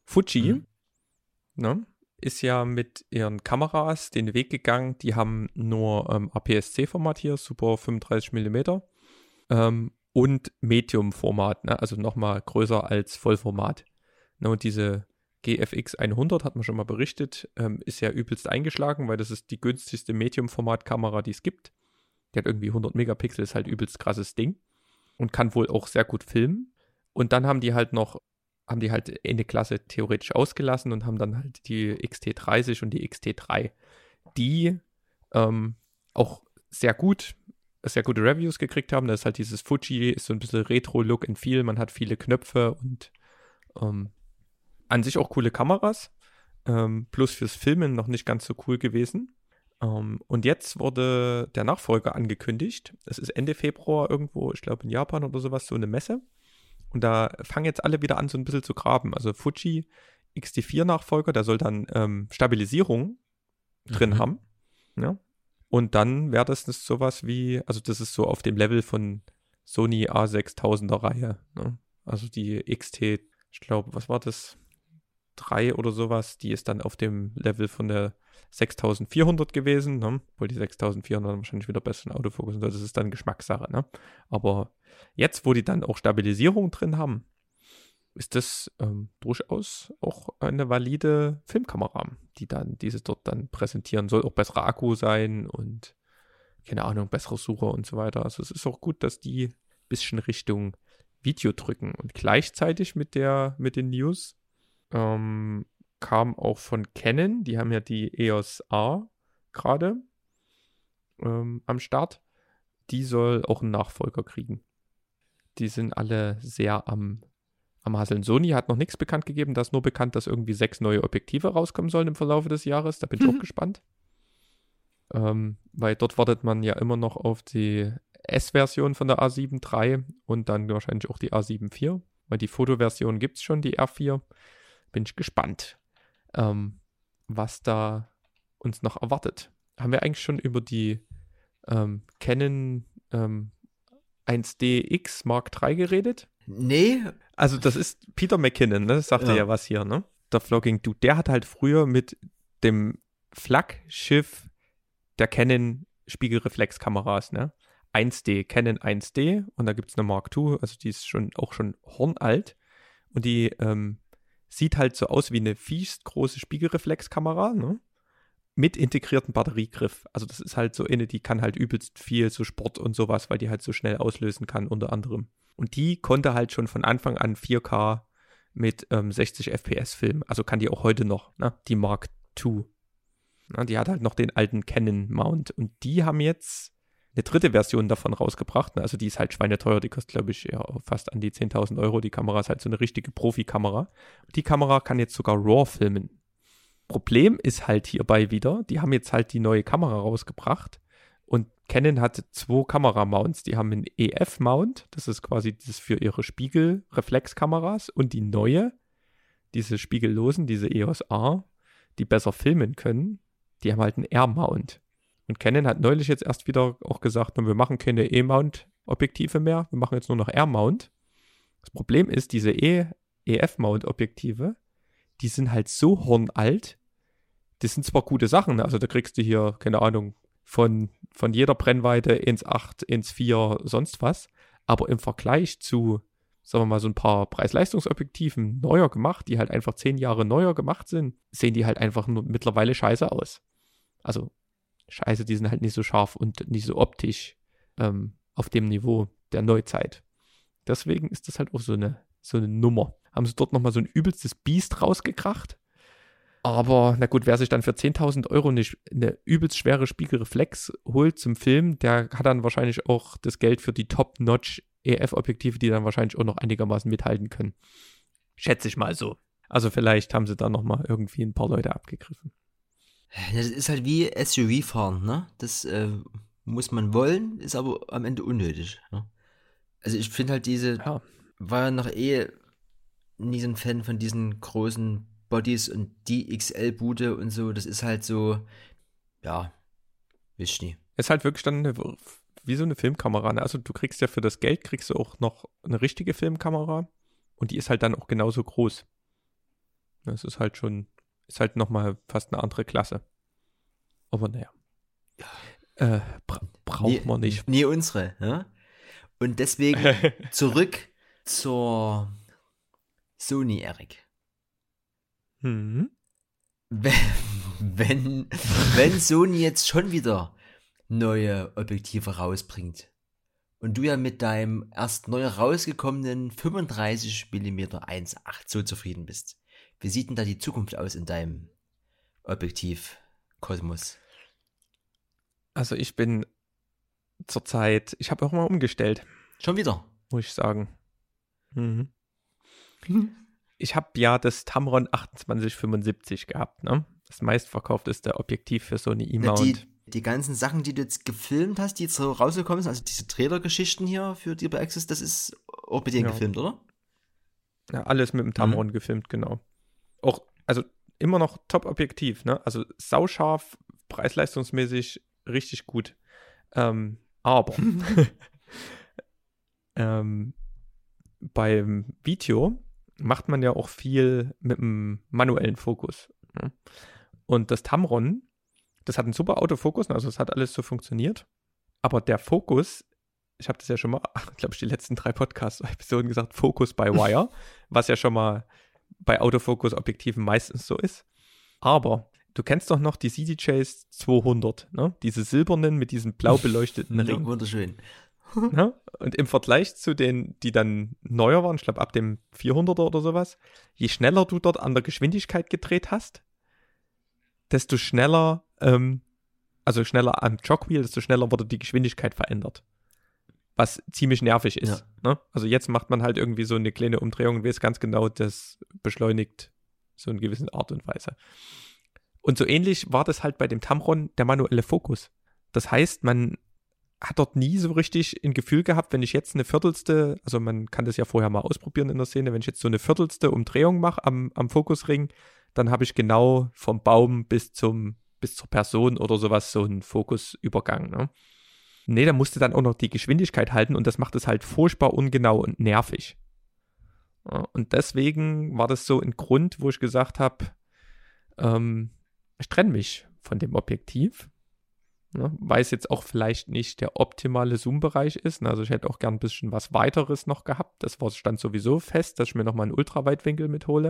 Fuji, Mhm. ne, ist ja mit ihren Kameras den Weg gegangen, die haben nur ähm, A P S C-Format hier, Super fünfunddreißig Millimeter ähm, und Medium-Format, ne, also nochmal größer als Vollformat. Ne, und diese G F X hundert, hat man schon mal berichtet, ähm, ist ja übelst eingeschlagen, weil das ist die günstigste Medium-Format-Kamera, die es gibt. Die hat irgendwie hundert Megapixel, ist halt übelst krasses Ding und kann wohl auch sehr gut filmen. Und dann haben die halt noch, haben die halt eine Klasse theoretisch ausgelassen und haben dann halt die X T dreißig und die X T drei, die ähm, auch sehr gut, sehr gute Reviews gekriegt haben. Das ist halt dieses Fuji, ist so ein bisschen Retro-Look and Feel, man hat viele Knöpfe und ähm, an sich auch coole Kameras, ähm, plus fürs Filmen noch nicht ganz so cool gewesen. Um, und jetzt wurde der Nachfolger angekündigt. Es ist Ende Februar irgendwo, ich glaube in Japan oder sowas, so eine Messe. Und da fangen jetzt alle wieder an, so ein bisschen zu graben. Also Fuji X T vier Nachfolger, der soll dann ähm, Stabilisierung drin Mhm. haben. Ja? Und dann wäre das sowas wie, also das ist so auf dem Level von Sony A sechstausender Reihe. Ne? Also die X T, ich glaube, was war das? drei oder sowas, die ist dann auf dem Level von der sechstausendvierhundert gewesen, ne? Obwohl die sechstausendvierhundert wahrscheinlich wieder besseren Autofokus sind, das ist dann Geschmackssache, ne? Aber jetzt, wo die dann auch Stabilisierung drin haben, ist das ähm, durchaus auch eine valide Filmkamera, die dann dieses dort dann präsentieren soll, auch besserer Akku sein und keine Ahnung, bessere Suche und so weiter. Also es ist auch gut, dass die ein bisschen Richtung Video drücken und gleichzeitig mit der, mit den News Ähm, kam auch von Canon, die haben ja die E O S R gerade ähm, am Start. Die soll auch einen Nachfolger kriegen. Die sind alle sehr am, am Hasseln. Sony hat noch nichts bekannt gegeben, da ist nur bekannt, dass irgendwie sechs neue Objektive rauskommen sollen im Verlauf des Jahres. Da bin ich auch gespannt. Ähm, weil dort wartet man ja immer noch auf die S-Version von der A sieben drei und dann wahrscheinlich auch die A sieben vier, weil die Fotoversion gibt es schon, die R vier. Bin ich gespannt, ähm, was da uns noch erwartet. Haben wir eigentlich schon über die ähm, Canon ähm, eins D X Mark drei geredet? Nee. Also das ist Peter McKinnon, ne? Das sagte ja. ja was hier, ne? Der Vlogging Dude, der hat halt früher mit dem Flaggschiff der Canon Spiegelreflexkameras, ne? eins D, Canon eins D und da gibt es eine Mark zwei, also die ist schon auch schon hornalt und die ähm, sieht halt so aus wie eine fies große Spiegelreflexkamera, ne? Mit integriertem Batteriegriff. Also das ist halt so eine, die kann halt übelst viel so Sport und sowas, weil die halt so schnell auslösen kann, unter anderem. Und die konnte halt schon von Anfang an vier K mit ähm, sechzig F P S filmen. Also kann die auch heute noch, ne? Die Mark zwei. Na, die hat halt noch den alten Canon-Mount. Und die haben jetzt eine dritte Version davon rausgebracht. Ne? Also die ist halt schweineteuer, die kostet, glaube ich, ja, fast an die zehntausend Euro. Die Kamera ist halt so eine richtige Profikamera. Die Kamera kann jetzt sogar RAW filmen. Problem ist halt hierbei wieder, die haben jetzt halt die neue Kamera rausgebracht und Canon hatte zwei Kameramounts. Die haben einen E F-Mount, das ist quasi das für ihre Spiegelreflexkameras und die neue, diese spiegellosen, diese E O S R, die besser filmen können, die haben halt einen R-Mount. Und Canon hat neulich jetzt erst wieder auch gesagt, wir machen keine E-Mount-Objektive mehr, wir machen jetzt nur noch R-Mount. Das Problem ist, diese E F-Mount-Objektive, die sind halt so hornalt, das sind zwar gute Sachen, ne? Also da kriegst du hier, keine Ahnung, von, von jeder Brennweite eins Komma acht, eins Komma vier, sonst was, aber im Vergleich zu, sagen wir mal, so ein paar Preis-Leistungs-Objektiven neuer gemacht, die halt einfach zehn Jahre neuer gemacht sind, sehen die halt einfach nur mittlerweile scheiße aus. Also scheiße, die sind halt nicht so scharf und nicht so optisch ähm, auf dem Niveau der Neuzeit. Deswegen ist das halt auch so eine, so eine Nummer. Haben sie dort nochmal so ein übelstes Biest rausgekracht. Aber, na gut, wer sich dann für zehntausend Euro eine, eine übelst schwere Spiegelreflex holt zum Film, der hat dann wahrscheinlich auch das Geld für die Top-Notch E F-Objektive, die dann wahrscheinlich auch noch einigermaßen mithalten können. Schätze ich mal so. Also vielleicht haben sie da nochmal irgendwie ein paar Leute abgegriffen. Das ist halt wie S U V-Fahren, ne? Das äh, muss man wollen, ist aber am Ende unnötig. Ne? Also ich finde halt diese, ja. war ja noch eh nie so ein Fan von diesen großen Bodies und die X L-Bude und so, das ist halt so, ja, weiß ich nie. Ist halt wirklich dann eine, wie so eine Filmkamera, ne? Also du kriegst ja für das Geld, kriegst du auch noch eine richtige Filmkamera und die ist halt dann auch genauso groß. Das ist halt schon, ist halt nochmal fast eine andere Klasse. Aber naja. Äh, bra- braucht nee, man nicht. Nee, unsere. Ja? Und deswegen zurück zur Sony, Erik. Mhm. Wenn, wenn, wenn Sony jetzt schon wieder neue Objektive rausbringt und du ja mit deinem erst neu rausgekommenen fünfunddreißig Millimeter eins Komma acht so zufrieden bist, wie sieht denn da die Zukunft aus in deinem Objektiv-Kosmos? Also ich bin zurzeit, ich habe auch mal umgestellt. Schon wieder? Muss ich sagen. Mhm. Ich habe ja das Tamron achtundzwanzig fünfundsiebzig gehabt, ne? Das meistverkaufteste Objektiv für Sony E-Mount. Die, die ganzen Sachen, die du jetzt gefilmt hast, die jetzt so rausgekommen sind, also diese Trailer-Geschichten hier für Deeper Access, das ist auch mit denen Ja. gefilmt, oder? Ja, alles mit dem Tamron Mhm. gefilmt, genau. Auch, also immer noch Top-Objektiv, ne? Also sauscharf, preis-leistungsmäßig richtig gut. Ähm, aber ähm, beim Video macht man ja auch viel mit einem manuellen Fokus. Ne? Und das Tamron, das hat einen super Autofokus, also es hat alles so funktioniert. Aber der Fokus, ich habe das ja schon mal, glaube ich, die letzten drei Podcast-Episoden gesagt, Fokus by Wire, was ja schon mal bei Autofokus-Objektiven meistens so ist. Aber du kennst doch noch die C D Js zweihundert, ne? Diese silbernen mit diesem blau beleuchteten Ring. Ja, wunderschön. Ne? Und im Vergleich zu denen, die dann neuer waren, ich glaube ab dem vierhunderter oder sowas, je schneller du dort an der Geschwindigkeit gedreht hast, desto schneller, ähm, also schneller am Jogwheel, desto schneller wurde die Geschwindigkeit verändert. Was ziemlich nervig ist. Ja. Ne? Also jetzt macht man halt irgendwie so eine kleine Umdrehung und weiß ganz genau, das beschleunigt so in gewissen Art und Weise. Und so ähnlich war das halt bei dem Tamron der manuelle Fokus. Das heißt, man hat dort nie so richtig ein Gefühl gehabt, wenn ich jetzt eine Viertelste, also man kann das ja vorher mal ausprobieren in der Szene, wenn ich jetzt so eine Viertelste Umdrehung mache am, am Fokusring, dann habe ich genau vom Baum bis zum bis zur Person oder sowas so einen Fokusübergang. Ne? Nee, da musste dann auch noch die Geschwindigkeit halten und das macht es halt furchtbar ungenau und nervig. Ja, und deswegen war das so ein Grund, wo ich gesagt habe, ähm, ich trenne mich von dem Objektiv. Ne, weil es jetzt auch vielleicht nicht der optimale Zoom-Bereich ist. Also ich hätte auch gern ein bisschen was Weiteres noch gehabt. Das war, stand sowieso fest, dass ich mir nochmal einen Ultraweitwinkel mithole.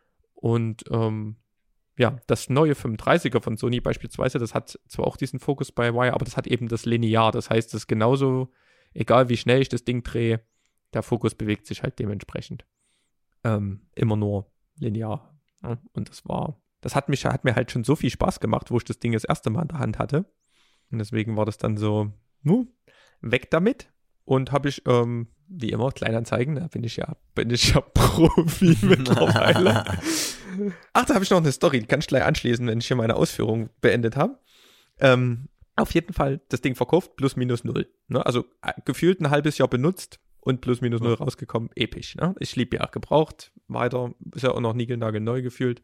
Und ähm, ja, das neue fünfunddreißiger von Sony beispielsweise, das hat zwar auch diesen Focus by Wire, aber das hat eben das Linear. Das heißt, es ist genauso, egal wie schnell ich das Ding drehe, der Fokus bewegt sich halt dementsprechend. Ähm, immer nur linear. Ja, und das war, das hat mich, hat mir halt schon so viel Spaß gemacht, wo ich das Ding das erste Mal in der Hand hatte. Und deswegen war das dann so, nu, weg damit. Und habe ich, ähm, wie immer, Kleinanzeigen, da bin ich ja, bin ich ja Profi mittlerweile. Ach, da habe ich noch eine Story, die kann ich gleich anschließen, wenn ich hier meine Ausführung beendet habe. Ähm, auf jeden Fall das Ding verkauft, plus minus null. Ne? Also äh, gefühlt ein halbes Jahr benutzt und plus minus null rausgekommen, episch. Ne? Ich liebe ja gebraucht, weiter, ist ja auch noch niegelnagelneu gefühlt.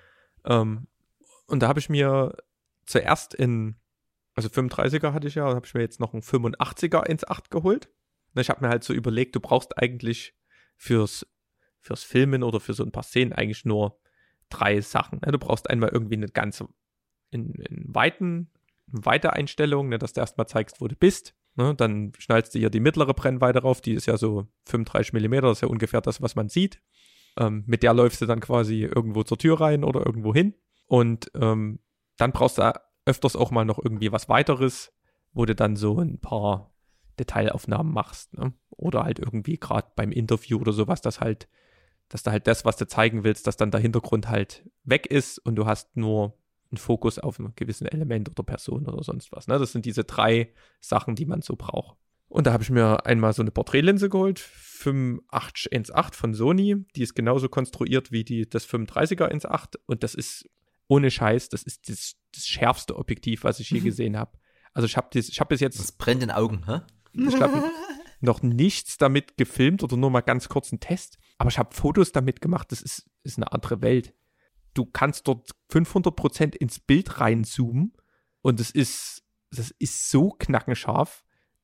Ähm, und da habe ich mir zuerst in Also fünfunddreißiger hatte ich ja, und habe ich mir jetzt noch einen fünfundachtziger eins Komma acht geholt. Und ich habe mir halt so überlegt, du brauchst eigentlich fürs, fürs Filmen oder für so ein paar Szenen eigentlich nur drei Sachen. Ne? Du brauchst einmal irgendwie eine ganze, in, in weiten, in weite Einstellung, ne? Dass du erstmal zeigst, wo du bist. Ne? Dann schnallst du hier die mittlere Brennweite drauf, die ist ja so fünfunddreißig Millimeter, das ist ja ungefähr das, was man sieht. Ähm, mit der läufst du dann quasi irgendwo zur Tür rein oder irgendwo hin. Und ähm, dann brauchst du öfters auch mal noch irgendwie was weiteres, wo du dann so ein paar Detailaufnahmen machst, ne? Oder halt irgendwie gerade beim Interview oder sowas, dass halt, dass du halt das, was du zeigen willst, dass dann der Hintergrund halt weg ist und du hast nur einen Fokus auf ein gewissen Element oder Person oder sonst was, ne? Das sind diese drei Sachen, die man so braucht. Und da habe ich mir einmal so eine Porträtlinse geholt, fünfundachtzig eins Komma acht von Sony, die ist genauso konstruiert wie die, das fünfunddreißiger eins Komma acht und das ist ohne Scheiß, das ist das, das schärfste Objektiv, was ich je gesehen habe. Also ich habe hab bis jetzt... Das brennt in den Augen, hä? Ich glaube, noch nichts damit gefilmt oder nur mal ganz kurz einen Test. Aber ich habe Fotos damit gemacht, das ist, ist eine andere Welt. Du kannst dort fünfhundert Prozent ins Bild reinzoomen und es ist, das ist so knackenscharf.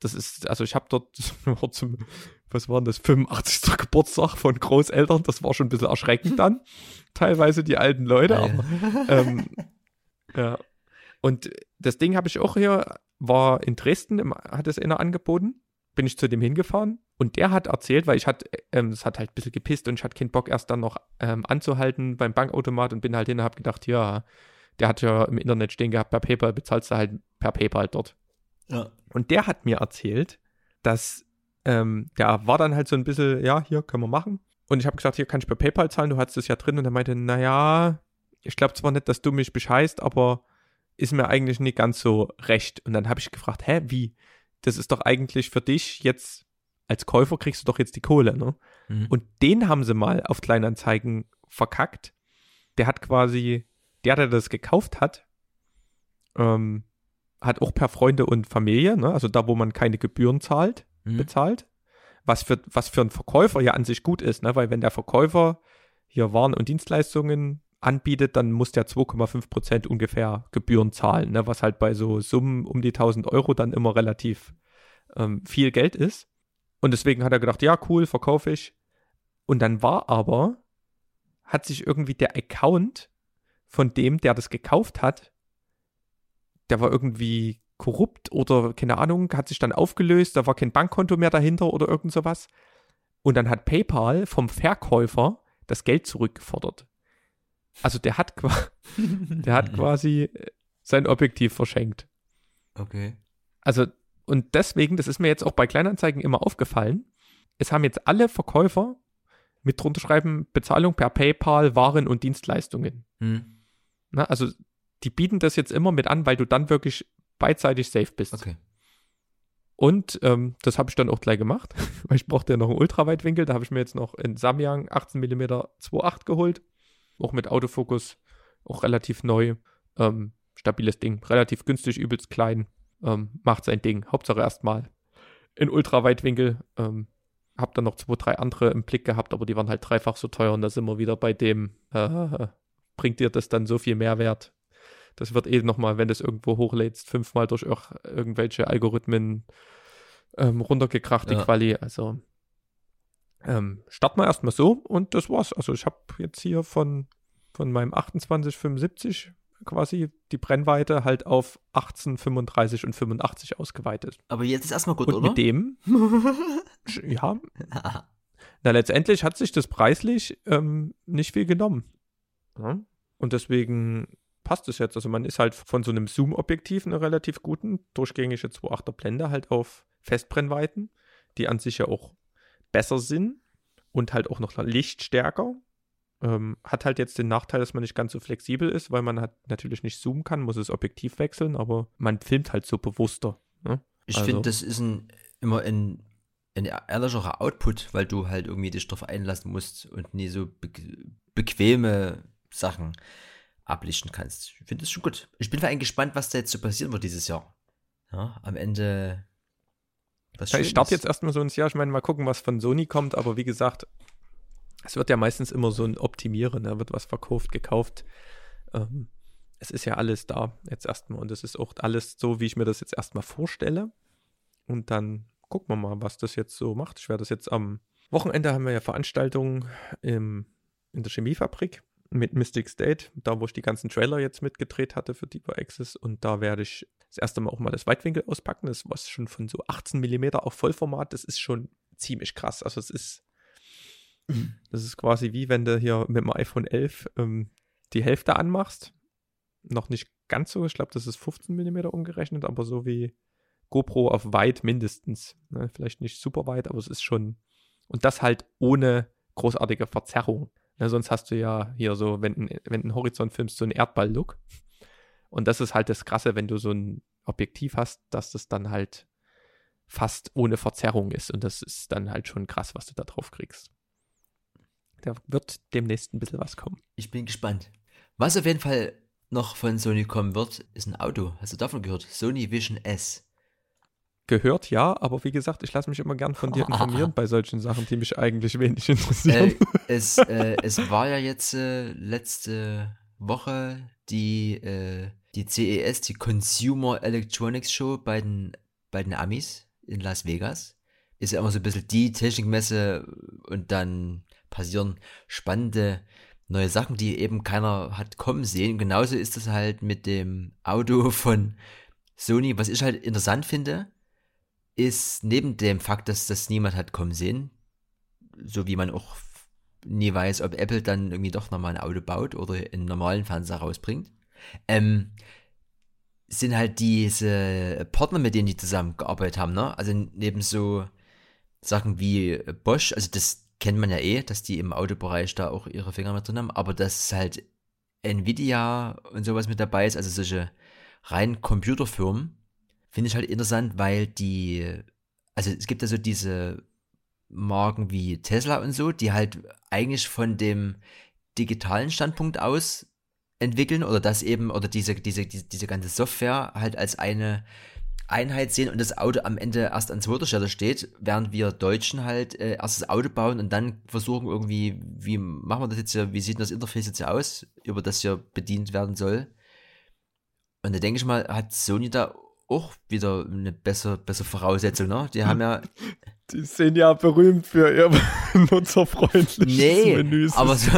das ist, also ich habe dort, das war zum, was war denn das, fünfundachtzigsten Geburtstag von Großeltern, das war schon ein bisschen erschreckend dann, teilweise die alten Leute, aber ähm, ja. Und das Ding habe ich auch hier, war in Dresden, im, hat es einer angeboten, bin ich zu dem hingefahren und der hat erzählt, weil ich hatte, ähm, es hat halt ein bisschen gepisst und ich hatte keinen Bock erst dann noch ähm, anzuhalten beim Bankautomat und bin halt hin und habe gedacht, ja, der hat ja im Internet stehen gehabt, per PayPal bezahlst du halt per PayPal dort. Ja. Und der hat mir erzählt, dass ähm, der war dann halt so ein bisschen, ja, hier können wir machen. Und ich habe gesagt, hier kann ich per PayPal zahlen, du hast das ja drin. Und er meinte, naja, ich glaube zwar nicht, dass du mich bescheißt, aber ist mir eigentlich nicht ganz so recht. Und dann habe ich gefragt, hä, wie? Das ist doch eigentlich für dich jetzt, als Käufer kriegst du doch jetzt die Kohle, ne? Mhm. Und den haben sie mal auf Kleinanzeigen verkackt. Der hat quasi, der, der das gekauft hat, ähm, hat auch per Freunde und Familie, ne? Also da, wo man keine Gebühren zahlt, Mhm. bezahlt. Was für, was für einen Verkäufer ja an sich gut ist, ne? Weil wenn der Verkäufer hier Waren und Dienstleistungen anbietet, dann muss der zwei Komma fünf Prozent ungefähr Gebühren zahlen, ne? Was halt bei so Summen um die tausend Euro dann immer relativ ähm, viel Geld ist. Und deswegen hat er gedacht, ja, cool, verkaufe ich. Und dann war aber, hat sich irgendwie der Account von dem, der das gekauft hat, der war irgendwie korrupt oder keine Ahnung, hat sich dann aufgelöst, da war kein Bankkonto mehr dahinter oder irgend sowas. Und dann hat PayPal vom Verkäufer das Geld zurückgefordert. Also der hat, der hat quasi sein Objektiv verschenkt. Okay. Also, und deswegen, das ist mir jetzt auch bei Kleinanzeigen immer aufgefallen, es haben jetzt alle Verkäufer mit drunter schreiben, Bezahlung per PayPal, Waren und Dienstleistungen. Hm. Na, also die bieten das jetzt immer mit an, weil du dann wirklich beidseitig safe bist. Okay. Und ähm, das habe ich dann auch gleich gemacht, weil ich brauchte ja noch einen Ultraweitwinkel. Da habe ich mir jetzt noch in Samyang achtzehn Millimeter zwei Komma acht geholt. Auch mit Autofokus, auch relativ neu. Ähm, stabiles Ding, relativ günstig, übelst klein. Ähm, macht sein Ding. Hauptsache erstmal in Ultraweitwinkel. Ähm, hab dann noch zwei, drei andere im Blick gehabt, aber die waren halt dreifach so teuer. Und da sind wir wieder bei dem, äh, bringt dir das dann so viel Mehrwert? Das wird eh nochmal, wenn du es irgendwo hochlädst, fünfmal durch irgendwelche Algorithmen ähm, runtergekracht, die Ja. Quali. Also ähm, starten wir erstmal so und das war's. Also ich habe jetzt hier von, von meinem achtundzwanzig fünfundsiebzig quasi die Brennweite halt auf achtzehn fünfunddreißig und fünfundachtzig ausgeweitet. Aber jetzt ist erstmal gut, Und oder? mit dem, ja, na letztendlich hat sich das preislich ähm, nicht viel genommen. Ja? Und deswegen passt es jetzt. Also man ist halt von so einem Zoom-Objektiv einer relativ guten, durchgängige zwei Komma achter Blende halt auf Festbrennweiten, die an sich ja auch besser sind und halt auch noch lichtstärker. Ähm, hat halt jetzt den Nachteil, dass man nicht ganz so flexibel ist, weil man halt natürlich nicht zoomen kann, muss das Objektiv wechseln, aber man filmt halt so bewusster. Ne? Ich Also- finde, das ist ein, immer ein, ein ehrlicherer Output, weil du halt irgendwie dich darauf einlassen musst und nie so be bequeme Sachen ablichten kannst. Ich finde das schon gut. Ich bin vor allem gespannt, was da jetzt so passieren wird dieses Jahr. Ja, am Ende. Was Ja, ich schön starte ist. jetzt erstmal so ins Jahr. Ich meine, mal gucken, was von Sony kommt. Aber wie gesagt, es wird ja meistens immer so ein Optimieren. Da wird was verkauft, gekauft. Ähm, es ist ja alles da jetzt erstmal. Und es ist auch alles so, wie ich mir das jetzt erstmal vorstelle. Und dann gucken wir mal, was das jetzt so macht. Ich werde das jetzt am Wochenende haben wir ja Veranstaltungen im, in der Chemiefabrik mit Mystic State, da wo ich die ganzen Trailer jetzt mitgedreht hatte für Deeper Access. Und da werde ich das erste Mal auch mal das Weitwinkel auspacken. Das war schon von so achtzehn Millimeter auf Vollformat. Das ist schon ziemlich krass. Also es ist, das ist quasi wie wenn du hier mit dem iPhone elf ähm, die Hälfte anmachst. Noch nicht ganz so. Ich glaube, das ist fünfzehn Millimeter umgerechnet, aber so wie GoPro auf weit mindestens. Ne? Vielleicht nicht super weit, aber es ist schon. Und das halt ohne großartige Verzerrung. Ne? Sonst hast du ja hier so, wenn, wenn du einen Horizont filmst, so einen Erdball-Look. Und das ist halt das Krasse, wenn du so ein Objektiv hast, dass das dann halt fast ohne Verzerrung ist. Und das ist dann halt schon krass, was du da drauf kriegst. Da wird demnächst ein bisschen was kommen. Ich bin gespannt. Was auf jeden Fall noch von Sony kommen wird, ist ein Auto. Hast du davon gehört? Sony Vision S. Gehört, ja, aber wie gesagt, ich lasse mich immer gern von dir informieren bei solchen Sachen, die mich eigentlich wenig interessieren. Äh, es, äh, es war ja jetzt äh, letzte Woche die, äh, die C E S, die Consumer Electronics Show bei den, bei den Amis in Las Vegas. Ist ja immer so ein bisschen die Technikmesse und dann passieren spannende neue Sachen, die eben keiner hat kommen sehen. Genauso ist es halt mit dem Auto von Sony. Was ich halt interessant finde, ist neben dem Fakt, dass das niemand hat kommen sehen, so wie man auch nie weiß, ob Apple dann irgendwie doch nochmal ein Auto baut oder einen normalen Fernseher rausbringt, ähm, sind halt diese Partner, mit denen die zusammengearbeitet haben, ne? Also neben so Sachen wie Bosch, also das kennt man ja eh, dass die im Autobereich da auch ihre Finger mit drin haben, aber dass halt Nvidia und sowas mit dabei ist, also solche rein Computerfirmen, finde ich halt interessant, weil die, also es gibt ja so diese Marken wie Tesla und so, die halt eigentlich von dem digitalen Standpunkt aus entwickeln oder das eben, oder diese, diese, diese, diese ganze Software halt als eine Einheit sehen und das Auto am Ende erst an zweiter Stelle steht, während wir Deutschen halt äh, erst das Auto bauen und dann versuchen irgendwie, wie machen wir das jetzt hier, wie sieht das Interface jetzt hier aus, über das hier bedient werden soll. Und da denke ich mal, hat Sony da auch wieder eine bessere, bessere Voraussetzung, ne? Die haben ja... Die sind ja berühmt für ihr nutzerfreundliches nee, Menüsystem. Aber so,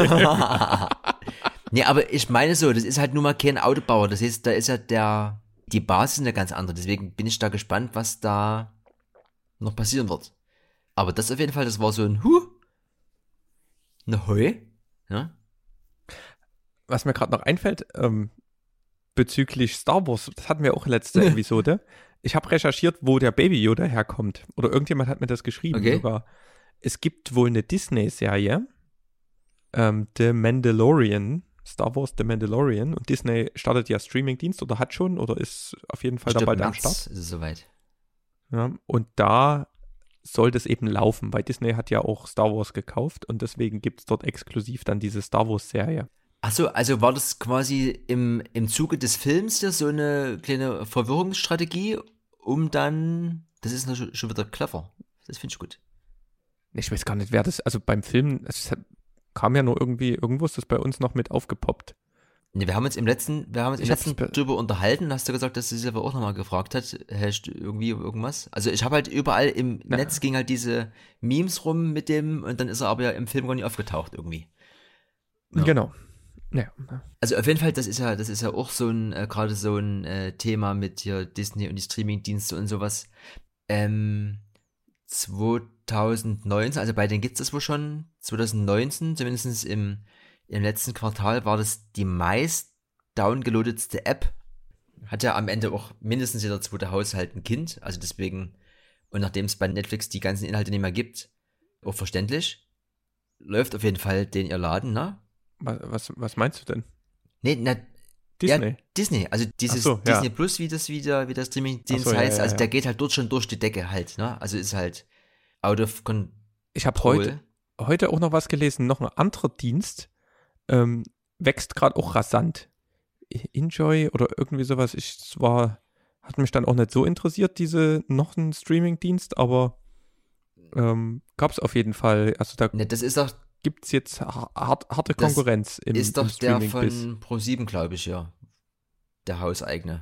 nee, aber ich meine so, das ist halt nun mal kein Autobauer, das heißt, da ist ja der... Die Basis ist eine ganz andere, deswegen bin ich da gespannt, was da noch passieren wird. Aber das auf jeden Fall, das war so ein Huh, eine Heu, ja. Was mir gerade noch einfällt, ähm, bezüglich Star Wars, das hatten wir auch letzte Episode. Ich habe recherchiert, wo der Baby Yoda herkommt. Oder irgendjemand hat mir das geschrieben Okay. sogar. Es gibt wohl eine Disney-Serie, ähm, The Mandalorian, Star Wars The Mandalorian, und Disney startet ja Streamingdienst oder hat schon oder ist auf jeden Fall Stimmt, da bald am März Start. ist es soweit. Ja, und da soll das eben laufen, weil Disney hat ja auch Star Wars gekauft und deswegen gibt es dort exklusiv dann diese Star Wars-Serie. Achso, also war das quasi im, im Zuge des Films ja so eine kleine Verwirrungsstrategie, um dann, das ist noch schon wieder clever, das finde ich gut. Ich weiß gar nicht, wer das, also beim Film, es kam ja nur irgendwie, irgendwo ist das bei uns noch mit aufgepoppt. Ne, wir haben uns im letzten, wir haben uns im Ich hab's letzten be- drüber unterhalten, hast du gesagt, dass sie selber auch nochmal gefragt hat, hast du irgendwie irgendwas? Also ich habe halt überall im Ja. Netz ging halt diese Memes rum mit dem und dann ist er aber ja im Film gar nicht aufgetaucht irgendwie. Ja. Genau. Ja. Also auf jeden Fall, das ist ja, das ist ja auch so ein, äh, gerade so ein äh, Thema mit hier Disney und die Streamingdienste und sowas. Ähm, zweitausendneunzehn, also bei denen gibt es das wohl schon, zweitausendneunzehn, zumindest im, im letzten Quartal war das die meist downgeloadetste App. Hat ja am Ende auch mindestens jeder zweite Haushalt ein Kind, also deswegen, und nachdem es bei Netflix die ganzen Inhalte nicht mehr gibt, auch verständlich, läuft auf jeden Fall den ihr Laden, ne? Was, was, was meinst du denn? Nee, na, Disney? Ja, Disney, also dieses Ach so, ja. Disney Plus, wie das wieder, wie das Streaming-Dienst Ach so, ja, heißt, ja, also ja. der geht halt dort schon durch die Decke halt, ne? Also ist halt out of control. Ich habe heute, heute auch noch was gelesen, noch ein anderer Dienst ähm, wächst gerade auch rasant. Enjoy oder irgendwie sowas. Ich es war, hat mich dann auch nicht so interessiert, diese noch ein Streaming-Dienst, aber ähm, gab es auf jeden Fall. Also da Ne, das ist doch, gibt es jetzt hart, harte Das Konkurrenz im, ist im doch der Streaming-Biss. von ProSieben, glaube ich, ja. Der hauseigene.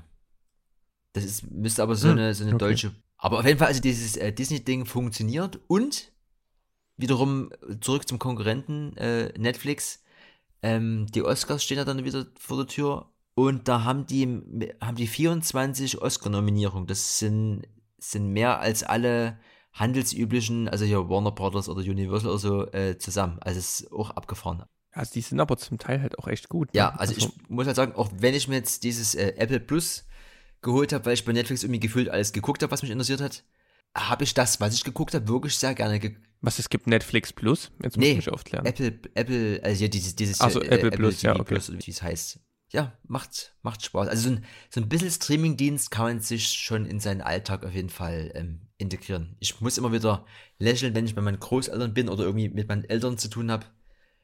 Das ist, müsste aber so Hm, eine, so eine okay. deutsche. Aber auf jeden Fall, also dieses äh, Disney-Ding funktioniert und wiederum zurück zum Konkurrenten äh, Netflix. Ähm, die Oscars stehen ja dann wieder vor der Tür und da haben die, haben die vierundzwanzig Oscar-Nominierungen. Das sind, sind mehr als alle handelsüblichen, also hier Warner Brothers oder Universal oder so, äh, zusammen. Also es ist auch abgefahren. Also die sind aber zum Teil halt auch echt gut. Ne? Ja, also, ich muss halt sagen, auch wenn ich mir jetzt dieses äh, Apple Plus geholt habe, weil ich bei Netflix irgendwie gefühlt alles geguckt habe, was mich interessiert hat, habe ich das, was ich geguckt habe, wirklich sehr gerne geguckt. Was, es gibt Netflix Plus? Jetzt muss Nee, ich mich aufklären. Apple, Apple, also ja, dieses, dieses Ach so, äh, Apple Plus, T V ja, okay. Plus, oder wie es heißt. Ja, macht, macht Spaß. Also so ein, so ein bisschen Streamingdienst kann man sich schon in seinen Alltag auf jeden Fall ähm, integrieren. Ich muss immer wieder lächeln, wenn ich bei meinen Großeltern bin oder irgendwie mit meinen Eltern zu tun habe.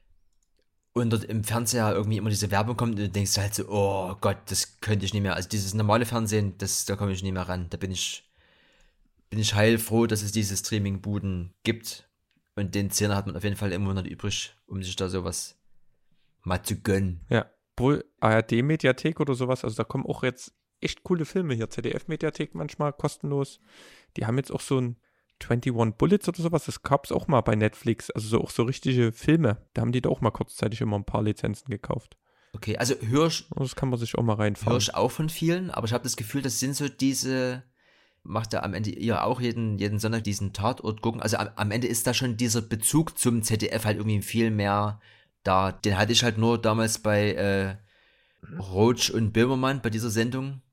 Und dort im Fernseher irgendwie immer diese Werbung kommt und du denkst halt so, oh Gott, das könnte ich nicht mehr. Also dieses normale Fernsehen, das, da komme ich nicht mehr ran. Da bin ich, bin ich heilfroh, dass es diese Streaming-Buden gibt. Und den Zehner hat man auf jeden Fall im Monat übrig, um sich da sowas mal zu gönnen. Ja, wohl A R D-Mediathek oder sowas, also da kommen auch jetzt echt coole Filme hier. Z D F-Mediathek manchmal kostenlos. die haben jetzt auch so ein einundzwanzig Bullets oder sowas, das gab es auch mal bei Netflix, also so, auch so richtige Filme, da haben die da auch mal kurzzeitig immer ein paar Lizenzen gekauft. Okay, also höre ich, Das kann man sich auch mal reinfahren. höre ich auch von vielen, aber ich habe das Gefühl, das sind so diese, macht ja am Ende ihr auch jeden, jeden Sonntag diesen Tatort gucken, also am, am Ende ist da schon dieser Bezug zum Z D F halt irgendwie viel mehr da, den hatte ich halt nur damals bei äh, Roach und Böhmermann, bei dieser Sendung.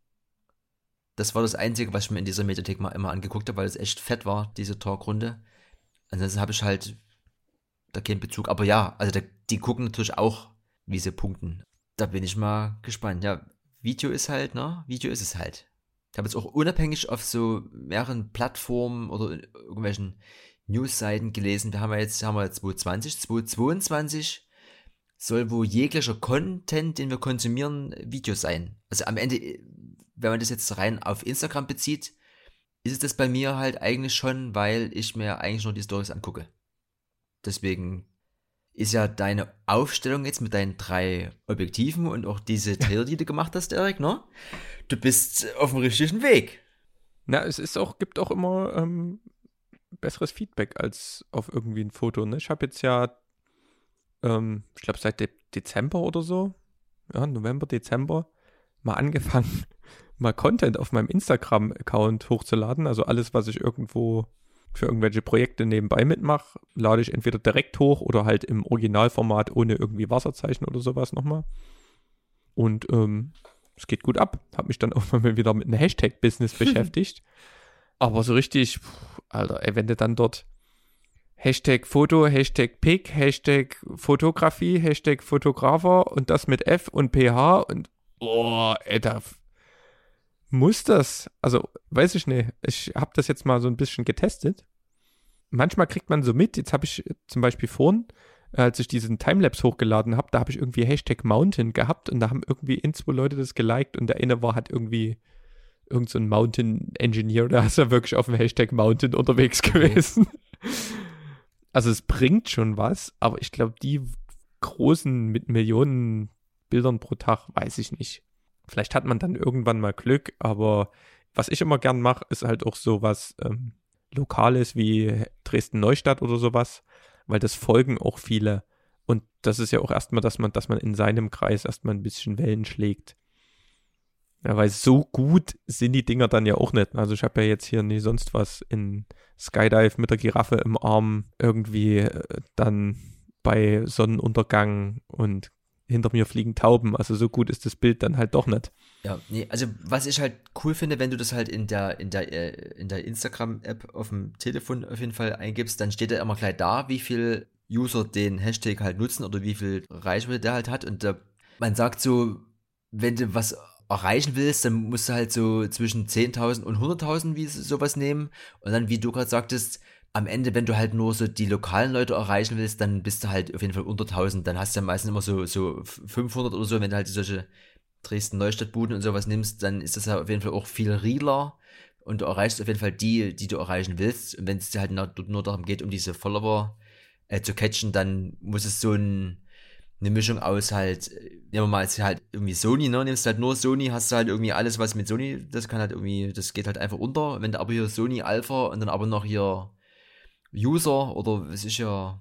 Das war das Einzige, was ich mir in dieser Mediathek mal immer angeguckt habe, weil es echt fett war, diese Talkrunde. Ansonsten habe ich halt da keinen Bezug. Aber ja, also da, die gucken natürlich auch, wie sie punkten. Da bin ich mal gespannt. Ja, Video ist halt, ne? Video ist es halt. Ich habe jetzt auch unabhängig auf so mehreren Plattformen oder irgendwelchen Newsseiten gelesen. Wir haben ja jetzt, haben wir zwanzig zwanzig, zwanzig zweiundzwanzig soll wohl jeglicher Content, den wir konsumieren, Video sein. Also am Ende, wenn man das jetzt rein auf Instagram bezieht, ist es das bei mir halt eigentlich schon, weil ich mir eigentlich nur die Stories angucke. Deswegen ist ja deine Aufstellung jetzt mit deinen drei Objektiven und auch diese Trailer, die du gemacht hast, Erik, ne? Du bist auf dem richtigen Weg. Na, es ist auch, gibt auch immer ähm, besseres Feedback als auf irgendwie ein Foto, ne? Ich habe jetzt ja, ähm, ich glaube seit De- Dezember oder so, ja, November, Dezember, mal angefangen, mal Content auf meinem Instagram-Account hochzuladen. Also alles, was ich irgendwo für irgendwelche Projekte nebenbei mitmache, lade ich entweder direkt hoch oder halt im Originalformat ohne irgendwie Wasserzeichen oder sowas nochmal. Und ähm, es geht gut ab. Habe mich dann auch mal wieder mit einem Hashtag-Business beschäftigt. Aber so richtig, pff, Alter, ey, wenn du dann dort Hashtag Foto, Hashtag Pic, Hashtag Fotografie, Hashtag Fotografer und das mit F und P H und boah, ey, da muss das, also weiß ich nicht, ich habe das jetzt mal so ein bisschen getestet. Manchmal kriegt man so mit, jetzt habe ich zum Beispiel vorhin, als ich diesen Timelapse hochgeladen habe, da habe ich irgendwie Hashtag Mountain gehabt und da haben irgendwie ein, zwei Leute das geliked und der eine war halt irgendwie irgend so ein Mountain Engineer, der ist ja wirklich auf dem Hashtag Mountain unterwegs gewesen. Okay. Also es bringt schon was, aber ich glaube, die großen mit Millionen Bildern pro Tag, weiß ich nicht. Vielleicht hat man dann irgendwann mal Glück, aber was ich immer gern mache, ist halt auch sowas ähm, Lokales wie Dresden-Neustadt oder sowas, weil das folgen auch viele. Und das ist ja auch erstmal, dass man, dass man in seinem Kreis erstmal ein bisschen Wellen schlägt. Ja, weil so gut sind die Dinger dann ja auch nicht. Also ich habe ja jetzt hier nie sonst was in Skydive mit der Giraffe im Arm irgendwie äh, dann bei Sonnenuntergang und hinter mir fliegen Tauben. Also so gut ist das Bild dann halt doch nicht. Ja, nee, also was ich halt cool finde, wenn du das halt in der, in der, äh, in der Instagram-App auf dem Telefon auf jeden Fall eingibst, dann steht da immer gleich da, wie viel User den Hashtag halt nutzen oder wie viel Reichweite der halt hat. Und da, man sagt so, wenn du was erreichen willst, dann musst du halt so zwischen zehntausend und hunderttausend wie sowas nehmen. Und dann, wie du gerade sagtest, am Ende, wenn du halt nur so die lokalen Leute erreichen willst, dann bist du halt auf jeden Fall unter tausend. Dann hast du ja meistens immer so, so fünfhundert oder so, wenn du halt solche Dresden-Neustadt-Buden und sowas nimmst, dann ist das ja auf jeden Fall auch viel realer und du erreichst auf jeden Fall die, die du erreichen willst. Und wenn es dir halt nur, nur darum geht, um diese Follower äh, zu catchen, dann muss es so ein, eine Mischung aus halt, nehmen wir mal jetzt halt irgendwie Sony, ne, nimmst halt nur Sony, hast du halt irgendwie alles, was mit Sony, das kann halt irgendwie, das geht halt einfach unter. Wenn du aber hier Sony Alpha und dann aber noch hier User oder was ist ja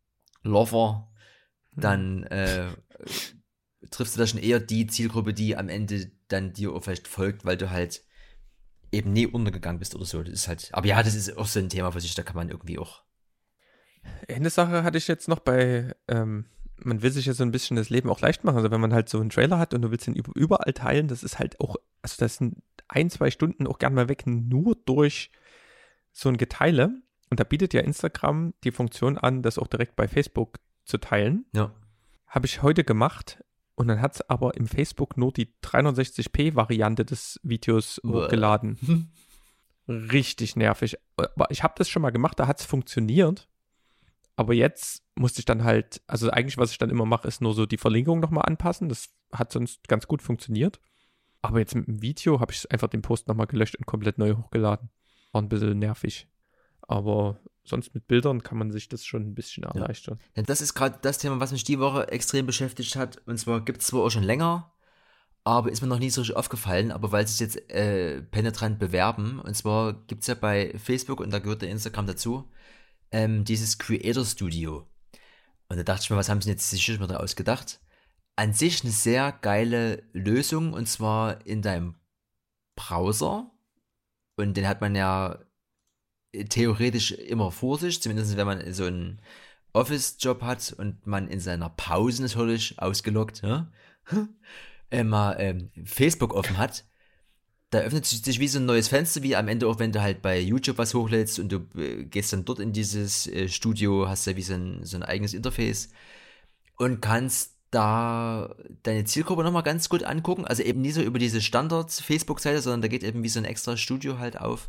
Lover, dann äh, triffst du da schon eher die Zielgruppe, die am Ende dann dir auch vielleicht folgt, weil du halt eben nie untergegangen bist oder so. Das ist halt, aber ja, das ist auch so ein Thema für sich, da kann man irgendwie auch. Eine Sache hatte ich jetzt noch bei, ähm, man will sich ja so ein bisschen das Leben auch leicht machen. Also wenn man halt so einen Trailer hat und du willst ihn überall teilen, das ist halt auch, also das sind ein, zwei Stunden auch gern mal weg, nur durch so ein Geteile. Und da bietet ja Instagram die Funktion an, das auch direkt bei Facebook zu teilen. Ja. Habe ich heute gemacht und dann hat es aber im Facebook nur die dreihundertsechzig p Variante des Videos hochgeladen. Richtig nervig. Aber ich habe das schon mal gemacht, da hat es funktioniert. Aber jetzt musste ich dann halt, also eigentlich, was ich dann immer mache, ist nur so die Verlinkung nochmal anpassen. Das hat sonst ganz gut funktioniert. Aber jetzt mit dem Video habe ich einfach den Post nochmal gelöscht und komplett neu hochgeladen. War ein bisschen nervig. Aber sonst mit Bildern kann man sich das schon ein bisschen erleichtern. Ja, das ist gerade das Thema, was mich die Woche extrem beschäftigt hat. Und zwar gibt es zwar auch schon länger, aber ist mir noch nie so richtig aufgefallen, aber weil sie es jetzt äh, penetrant bewerben, und zwar gibt es ja bei Facebook, und da gehört der Instagram dazu, ähm, dieses Creator Studio. Und da dachte ich mir, was haben sie jetzt sich mal da ausgedacht? An sich eine sehr geile Lösung, und zwar in deinem Browser, und den hat man ja theoretisch immer vor sich, zumindest wenn man so einen Office-Job hat und man in seiner Pause natürlich ausgeloggt, ja? immer ähm, Facebook offen hat, da öffnet sich wie so ein neues Fenster, wie am Ende auch, wenn du halt bei YouTube was hochlädst und du äh, gehst dann dort in dieses äh, Studio, hast ja wie so ein, so ein eigenes Interface und kannst da deine Zielgruppe nochmal ganz gut angucken, also eben nicht so über diese Standard-Facebook-Seite, sondern da geht eben wie so ein extra Studio halt auf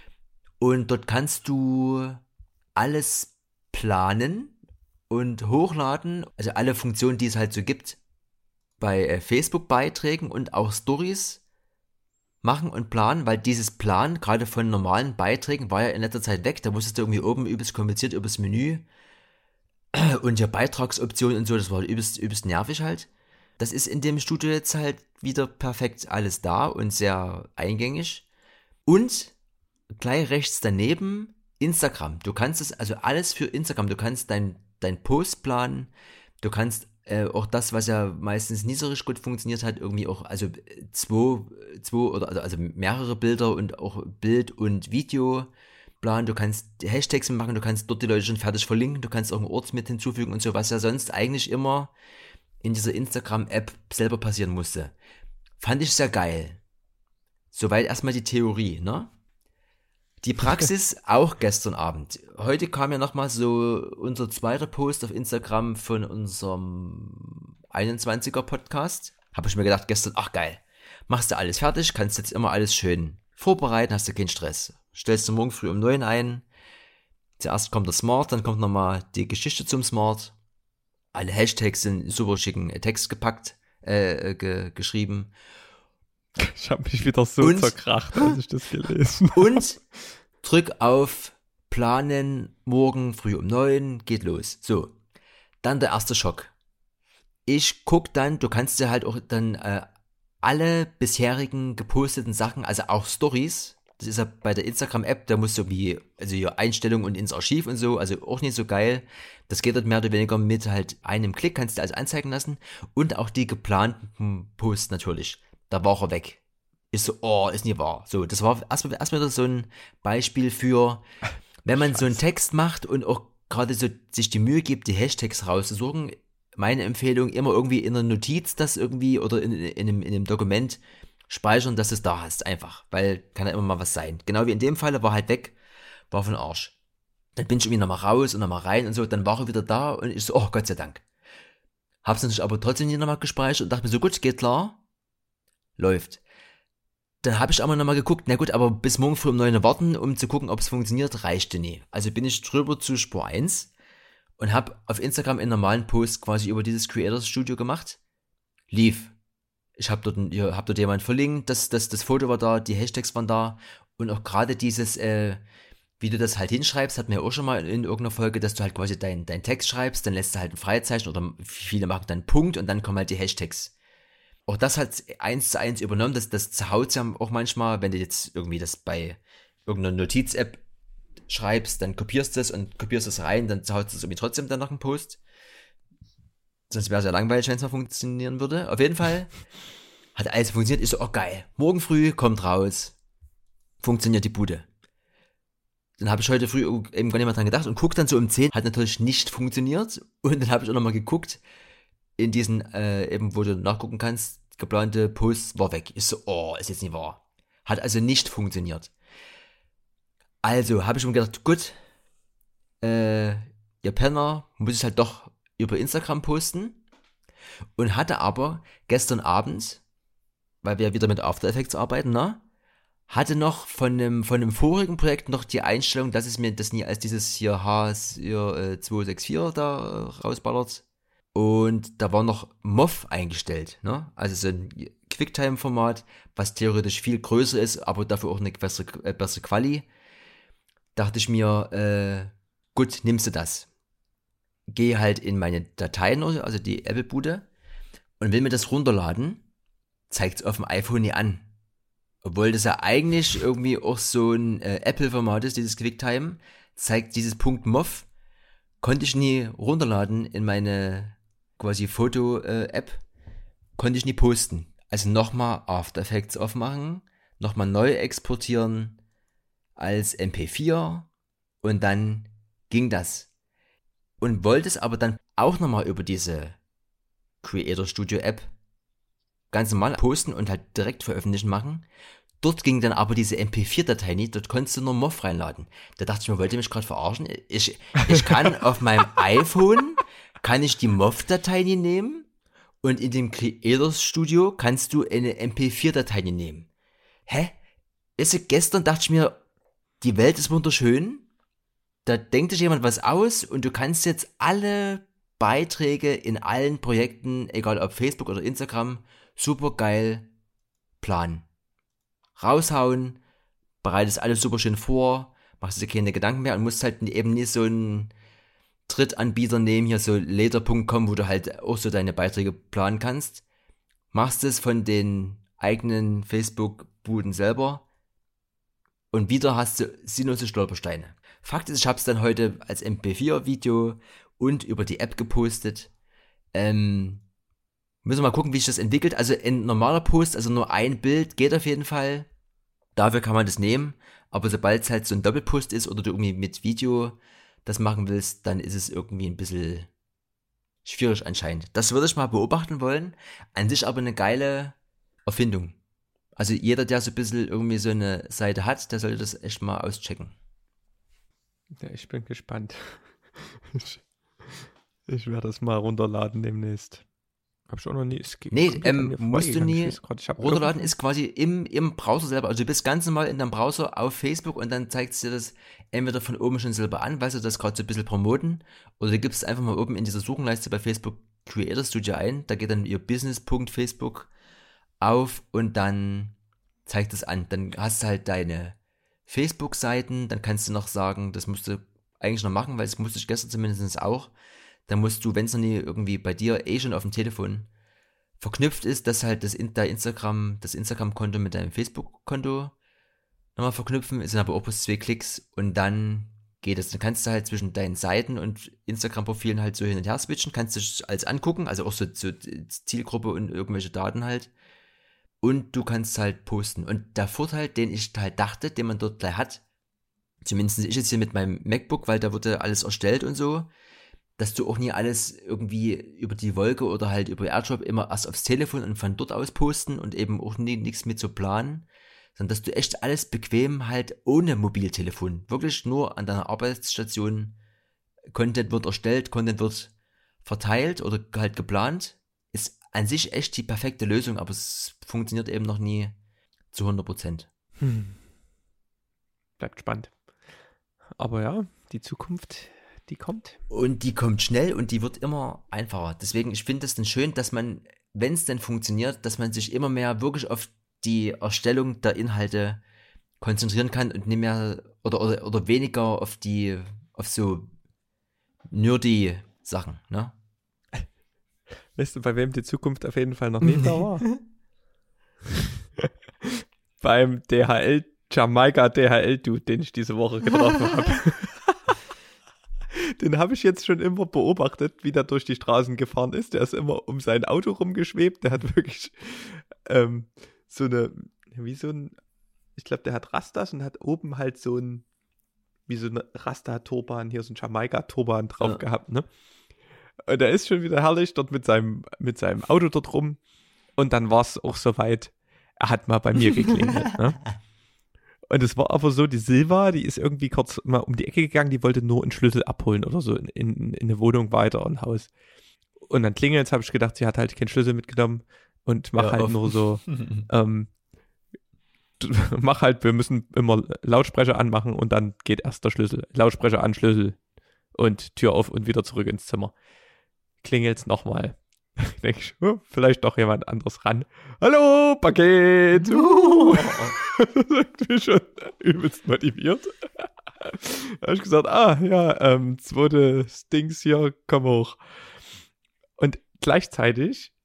und dort kannst du alles planen und hochladen, also alle Funktionen, die es halt so gibt, bei äh, Facebook-Beiträgen und auch Stories machen und planen, weil dieses Plan, gerade von normalen Beiträgen, war ja in letzter Zeit weg. Da musstest du irgendwie oben übelst kompliziert übers Menü und ja Beitragsoptionen und so, das war übelst, übelst nervig halt. Das ist in dem Studio jetzt halt wieder perfekt alles da und sehr eingängig. Und gleich rechts daneben Instagram. Du kannst es, also alles für Instagram. Du kannst dein, dein Post planen, du kannst Äh, auch das, was ja meistens nie so richtig gut funktioniert hat, irgendwie auch, also zwei, zwei oder also, also mehrere Bilder und auch Bild und Video planen, du kannst Hashtags machen, du kannst dort die Leute schon fertig verlinken, du kannst auch einen Ort mit hinzufügen und so, was ja sonst eigentlich immer in dieser Instagram-App selber passieren musste. Fand ich sehr geil. Soweit erstmal die Theorie, ne? Die Praxis auch gestern Abend. Heute kam ja nochmal so unser zweiter Post auf Instagram von unserem einundzwanziger Podcast. Habe ich mir gedacht gestern, ach geil, machst du alles fertig, kannst jetzt immer alles schön vorbereiten, hast du keinen Stress. Stellst du morgen früh um neun ein, zuerst kommt der Smart, dann kommt nochmal die Geschichte zum Smart. Alle Hashtags sind in super schicken Text gepackt, äh, ge- geschrieben. Ich habe mich wieder so und, zerkracht, als ich das gelesen habe. Und drück auf Planen, morgen früh um neun, geht los. So, dann der erste Schock. Ich guck dann, du kannst ja halt auch dann äh, alle bisherigen geposteten Sachen, also auch Stories, das ist ja bei der Instagram-App, da musst du wie, also hier Einstellungen und ins Archiv und so, also auch nicht so geil. Das geht dort mehr oder weniger mit halt einem Klick, kannst du also anzeigen lassen. Und auch die geplanten Posts natürlich. Da war er weg. Ist so, oh, ist nie wahr. So, das war erstmal erstmal so ein Beispiel für, wenn man so einen Text macht und auch gerade so sich die Mühe gibt, die Hashtags rauszusuchen. Meine Empfehlung, immer irgendwie in einer Notiz das irgendwie oder in, in, einem, in einem Dokument speichern, dass du es da hast, einfach. Weil kann ja immer mal was sein. Genau wie in dem Fall, war halt weg, war von Arsch. Dann bin ich irgendwie nochmal raus und nochmal rein und so, dann war er wieder da und ich so, oh Gott sei Dank. Hab's natürlich aber trotzdem nicht nochmal gespeichert und dachte mir so, gut, geht klar. Läuft. Dann habe ich aber nochmal geguckt, na gut, aber bis morgen früh um neun warten, um zu gucken, ob es funktioniert, reichte nie. Also bin ich drüber zu Spur eins und habe auf Instagram einen normalen Post quasi über dieses Creators Studio gemacht. Lief. Ich habe dort, hab dort jemand verlinkt, das, das, das Foto war da, die Hashtags waren da und auch gerade dieses, äh, wie du das halt hinschreibst, hatten wir auch schon mal in irgendeiner Folge, dass du halt quasi deinen dein Text schreibst, dann lässt du halt ein Freizeichen oder viele machen dann einen Punkt und dann kommen halt die Hashtags. Auch das hat eins zu eins übernommen, das, das haut ja auch manchmal, wenn du jetzt irgendwie das bei irgendeiner Notiz-App schreibst, dann kopierst du es und kopierst es rein, dann haut es irgendwie trotzdem dann noch einen Post. Sonst wäre es ja langweilig, wenn es mal funktionieren würde. Auf jeden Fall hat alles funktioniert. Ich so, oh geil, morgen früh kommt raus, funktioniert die Bude. Dann habe ich heute früh eben gar nicht mehr dran gedacht und guck dann so um zehn, hat natürlich nicht funktioniert. Und dann habe ich auch nochmal geguckt, in diesen, äh, eben, wo du nachgucken kannst, geplante Posts war weg. Ich so, oh, ist jetzt nicht wahr. Hat also nicht funktioniert. Also habe ich mir gedacht, gut, äh, ihr Penner, muss ich halt doch über Instagram posten. Und hatte aber gestern Abend, weil wir wieder mit After Effects arbeiten, ne, hatte noch von einem, von einem vorigen Projekt noch die Einstellung, dass es mir das nie als dieses hier H zwei sechs vier da rausballert. Und da war noch M O V eingestellt, ne? Also so ein Quicktime-Format, was theoretisch viel größer ist, aber dafür auch eine bessere, äh, bessere Quali. Dachte ich mir, äh, gut, nimmst du das. Gehe halt in meine Dateien, also die Apple-Bude, und will mir das runterladen. zeigt es auf dem iPhone nie an. Obwohl das ja eigentlich irgendwie auch so ein äh, Apple-Format ist, dieses QuickTime, zeigt dieses Punkt .mov, konnte ich nie runterladen in meine quasi Foto-App, konnte ich nie posten. Also nochmal After Effects aufmachen, nochmal neu exportieren als M P vier und dann ging das. Und wollte es aber dann auch nochmal über diese Creator Studio App ganz normal posten und halt direkt veröffentlichen machen. Dort ging dann aber diese M P vier Datei nicht, dort konntest du nur MOV reinladen. Da dachte ich mir, wollt ihr mich gerade verarschen? Ich, ich kann auf meinem iPhone, kann ich die MOV-Datei nicht nehmen und in dem Creator Studio kannst du eine M P vier Datei nicht nehmen. Hä? Also gestern dachte ich mir, die Welt ist wunderschön, da denkt sich jemand was aus und du kannst jetzt alle Beiträge in allen Projekten, egal ob Facebook oder Instagram, super geil planen. Raushauen, bereitest alles super schön vor, machst dir keine Gedanken mehr und musst halt eben nicht so einen Drittanbieter nehmen, hier so later punkt com, wo du halt auch so deine Beiträge planen kannst. Machst es von den eigenen Facebook-Buden selber und wieder hast du sinnlose Stolpersteine. Fakt ist, ich habe es dann heute als M P vier Video und über die App gepostet. Ähm, müssen wir mal gucken, wie sich das entwickelt. Also ein normaler Post, also nur ein Bild, geht auf jeden Fall. Dafür kann man das nehmen. Aber sobald es halt so ein Doppelpost ist oder du irgendwie mit Video das machen willst, dann ist es irgendwie ein bisschen schwierig anscheinend. Das würde ich mal beobachten wollen. An sich aber eine geile Erfindung. Also jeder, der so ein bisschen irgendwie so eine Seite hat, der sollte das echt mal auschecken. Ja, ich bin gespannt. Ich, ich werde das mal runterladen demnächst. Hab ich auch noch nie. Es nee, ähm, musst du nie runterladen, ist quasi im, im Browser selber. Also du bist ganz normal in deinem Browser auf Facebook und dann zeigt es dir das entweder von oben schon selber an, weil sie das gerade so ein bisschen promoten, oder du gibst einfach mal oben in dieser Suchenleiste bei Facebook Creator Studio ein, da geht dann ihr business.facebook auf und dann zeigt es an. Dann hast du halt deine Facebook-Seiten, dann kannst du noch sagen, das musst du eigentlich noch machen, weil das musste ich gestern zumindest auch. Dann musst du, wenn es noch nie irgendwie bei dir eh schon auf dem Telefon verknüpft ist, dass halt das, der Instagram, das Instagram-Konto mit deinem Facebook-Konto nochmal verknüpfen, es sind aber auch bloß zwei Klicks und dann geht es. Dann kannst du halt zwischen deinen Seiten und Instagram-Profilen halt so hin und her switchen, kannst du alles angucken, also auch so, so Zielgruppe und irgendwelche Daten halt. Und du kannst halt posten. Und der Vorteil, den ich halt dachte, den man dort gleich hat, zumindest ich jetzt hier mit meinem MacBook, weil da wurde alles erstellt und so, dass du auch nie alles irgendwie über die Wolke oder halt über AirDrop immer erst aufs Telefon und von dort aus posten und eben auch nie nichts mit zu planen, sondern dass du echt alles bequem halt ohne Mobiltelefon, wirklich nur an deiner Arbeitsstation, Content wird erstellt, Content wird verteilt oder halt geplant, ist an sich echt die perfekte Lösung, aber es funktioniert eben noch nie zu hundert Prozent. Hm. Bleibt spannend. Aber ja, die Zukunft, die kommt. Und die kommt schnell und die wird immer einfacher. Deswegen, ich finde es dann schön, dass man, wenn es denn funktioniert, dass man sich immer mehr wirklich auf die Erstellung der Inhalte konzentrieren kann und nicht mehr oder, oder, oder weniger auf die, auf so nerdy Sachen, ne? Weißt du, bei wem die Zukunft auf jeden Fall noch nicht da war? Beim D H L, Jamaika D H L-Dude, den ich diese Woche getroffen habe. Den habe ich jetzt schon immer beobachtet, wie der durch die Straßen gefahren ist. Der ist immer um sein Auto rumgeschwebt. Der hat wirklich ähm, so eine, wie so ein, ich glaube, der hat Rastas und hat oben halt so ein, wie so eine Rasta-Turban, hier so ein Jamaika-Turban drauf ja. gehabt, ne? Und er ist schon wieder herrlich dort mit seinem, mit seinem Auto dort rum. Und dann war es auch soweit, er hat mal bei mir geklingelt, ne? Und es war aber so, die Silva, die ist irgendwie kurz mal um die Ecke gegangen, die wollte nur einen Schlüssel abholen oder so in, in, in eine Wohnung weiter, ein Haus. Und dann klingelt es, habe ich gedacht, sie hat halt keinen Schlüssel mitgenommen und mach ja, halt offen. nur so, ähm, mach halt, wir müssen immer Lautsprecher anmachen und dann geht erst der Schlüssel. Lautsprecher an, Schlüssel und Tür auf und wieder zurück ins Zimmer. Klingelt's nochmal. Denke ich, oh, vielleicht doch jemand anderes ran. Hallo, Paket! Uh. Ich bin schon übelst motiviert. Da habe ich gesagt, ah, ja, ähm, zweite Dings hier, komm hoch. Und gleichzeitig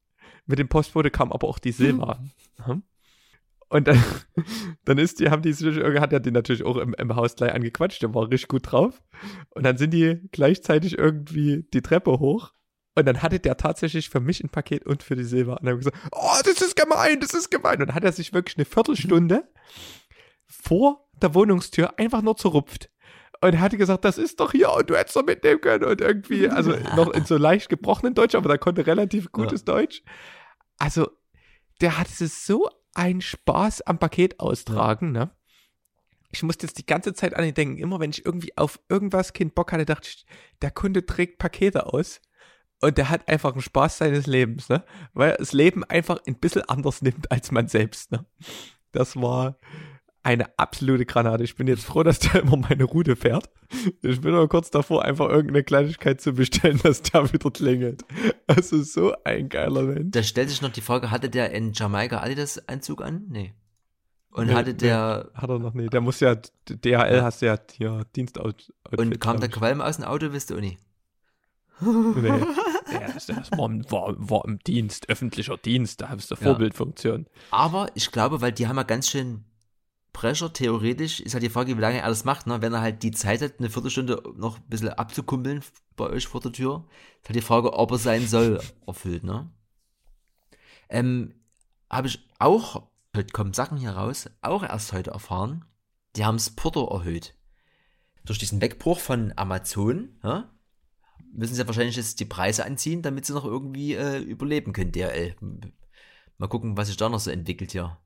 mit dem Postbote kam aber auch die Silva. Hm. Und dann, dann ist die, haben die, hat er die natürlich auch im, im Haus gleich angequatscht, der war richtig gut drauf. Und dann sind die gleichzeitig irgendwie die Treppe hoch. Und dann hatte der tatsächlich für mich ein Paket und für die Silva. Und dann habe ich gesagt, oh, das ist gemein, das ist gemein. Und dann hat er sich wirklich eine Viertelstunde vor der Wohnungstür einfach nur zerrupft. Und er hatte gesagt, das ist doch hier und du hättest doch mitnehmen können. Und irgendwie, also noch in so leicht gebrochenen Deutsch, aber der konnte relativ gutes ja. Deutsch. Also, der hatte so einen Spaß am Paket austragen, ja. ne? Ich musste jetzt die ganze Zeit an ihn denken. Immer wenn ich irgendwie auf irgendwas Kind Bock hatte, dachte ich, der Kunde trägt Pakete aus. Und der hat einfach einen Spaß seines Lebens, ne? Weil er das Leben einfach ein bisschen anders nimmt als man selbst, ne? Das war eine absolute Granate. Ich bin jetzt froh, dass der immer meine Route fährt. Ich bin aber kurz davor, einfach irgendeine Kleinigkeit zu bestellen, dass der wieder klingelt. Also so ein geiler Mensch. Da stellt sich noch die Frage, hatte der in Jamaika Adidas-Anzug an? Nee. Und nee, hatte der... Nee, hat er noch nie. Der muss ja, D H L hast ja hier Dienstoutfit. Und kam der Qualm aus dem Auto, wisst ihr auch nicht? Nee. Ja, das, das war, war, war im Dienst, öffentlicher Dienst, da hast du Vorbildfunktion. Aber ich glaube, weil die haben ja ganz schön Pressure, theoretisch, ist halt die Frage, wie lange er das macht, ne? Wenn er halt die Zeit hat, eine Viertelstunde noch ein bisschen abzukumpeln bei euch vor der Tür, ist halt die Frage, ob er sein Soll erfüllt, ne? Ähm, habe ich auch, heute kommen Sachen hier raus, auch erst heute erfahren, die haben das Porto erhöht. Durch diesen Wegbruch von Amazon, ja? Müssen sie wahrscheinlich jetzt die Preise anziehen, damit sie noch irgendwie äh, überleben können, D H L. Mal gucken, was sich da noch so entwickelt hier.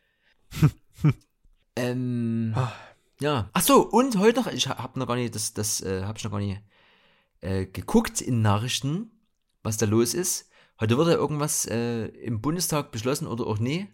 ähm, ja. Ach so, und heute noch, ich habe noch gar nicht, das, das äh, habe ich noch gar nicht äh, geguckt in Nachrichten, was da los ist. Heute wurde irgendwas äh, im Bundestag beschlossen oder auch nee.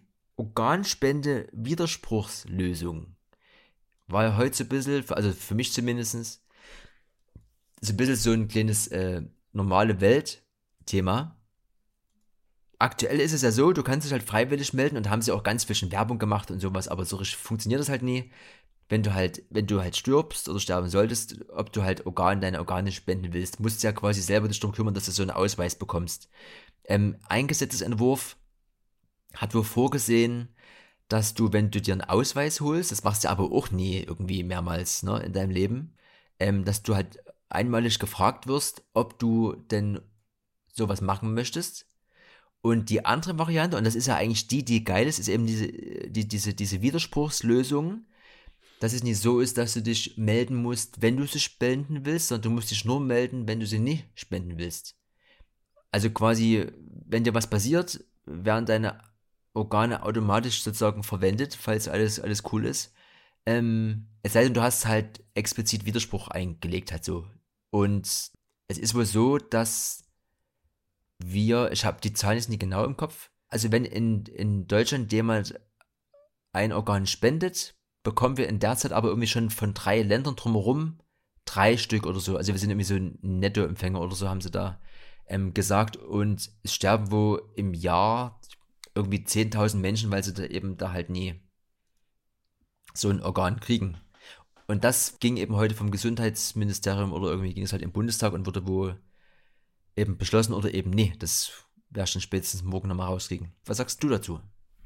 Organspende-Widerspruchslösung. War ja heute so ein bisschen, also für mich zumindest, so ein bisschen so ein kleines äh, normale Welt-Thema. Aktuell ist es ja so, du kannst dich halt freiwillig melden und haben sie auch ganz viel schon Werbung gemacht und sowas, aber so richtig funktioniert das halt nie. Wenn du halt, wenn du halt stirbst oder sterben solltest, ob du halt Organ, deine Organe spenden willst, musst du ja quasi selber dich darum kümmern, dass du so einen Ausweis bekommst. Ähm, ein Gesetzesentwurf hat wohl vorgesehen, dass du, wenn du dir einen Ausweis holst, das machst du aber auch nie irgendwie mehrmals, ne, in deinem Leben, ähm, dass du halt einmalig gefragt wirst, ob du denn sowas machen möchtest. Und die andere Variante, und das ist ja eigentlich die, die geil ist, ist eben diese, die, diese, diese Widerspruchslösung, dass es nicht so ist, dass du dich melden musst, wenn du sie spenden willst, sondern du musst dich nur melden, wenn du sie nicht spenden willst. Also quasi, wenn dir was passiert, werden deine Organe automatisch sozusagen verwendet, falls alles, alles cool ist. Ähm, es sei denn, du hast halt explizit Widerspruch eingelegt, halt so. Und es ist wohl so, dass wir, ich habe die Zahlen jetzt nicht genau im Kopf, also wenn in, in Deutschland jemand ein Organ spendet, bekommen wir in der Zeit aber irgendwie schon von drei Ländern drumherum drei Stück oder so. Also wir sind irgendwie so ein Nettoempfänger oder so, haben sie da ähm, gesagt. Und es sterben wohl im Jahr irgendwie zehntausend Menschen, weil sie da eben da halt nie so ein Organ kriegen. Und das ging eben heute vom Gesundheitsministerium oder irgendwie ging es halt im Bundestag und wurde wohl eben beschlossen oder eben nee. Das werde ich dann spätestens morgen nochmal rauskriegen. Was sagst du dazu?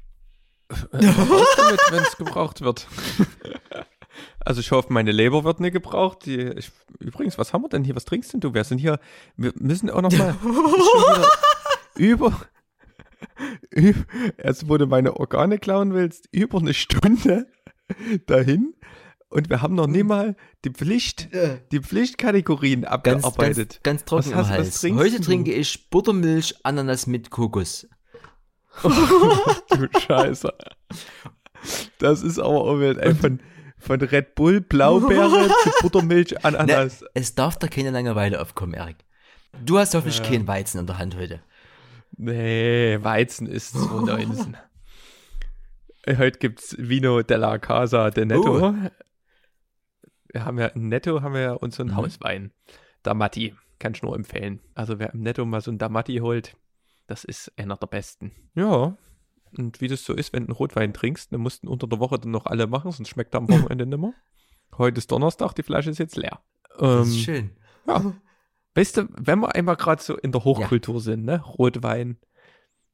Wenn es gebraucht wird. Also ich hoffe, meine Leber wird nicht gebraucht. Die, ich, übrigens, was haben wir denn hier? Was trinkst denn du? Wir sind hier, wir müssen auch noch mal über, über, erst wo du meine Organe klauen willst, über eine Stunde dahin. Und wir haben noch nie mal die Pflicht, die Pflichtkategorien abgearbeitet. Ganz, ganz, ganz trocken im Hals. Heute trinke ich Buttermilch, Ananas mit Kokos. Oh, du Scheiße. Das ist aber auch ey, von, von Red Bull, Blaubeere zu Buttermilch, Ananas. Ne, es darf da keine Langeweile aufkommen, Erik. Du hast hoffentlich ja. keinen Weizen in der Hand heute. Nee, Weizen ist so neunzehn. Heute gibt's Vino della Casa de Netto. Oh. Wir haben ja im Netto haben wir ja unseren mhm. Hauswein. Damatti. Kann ich nur empfehlen. Also wer im Netto mal so ein Damatti holt, das ist einer der besten. Ja. Und wie das so ist, wenn du einen Rotwein trinkst, dann mussten unter der Woche dann noch alle machen, sonst schmeckt er am Wochenende nicht mehr. Heute ist Donnerstag, die Flasche ist jetzt leer. Ähm, das ist schön. Ja. Weißt du, wenn wir einmal gerade so in der Hochkultur ja. sind, ne, Rotwein,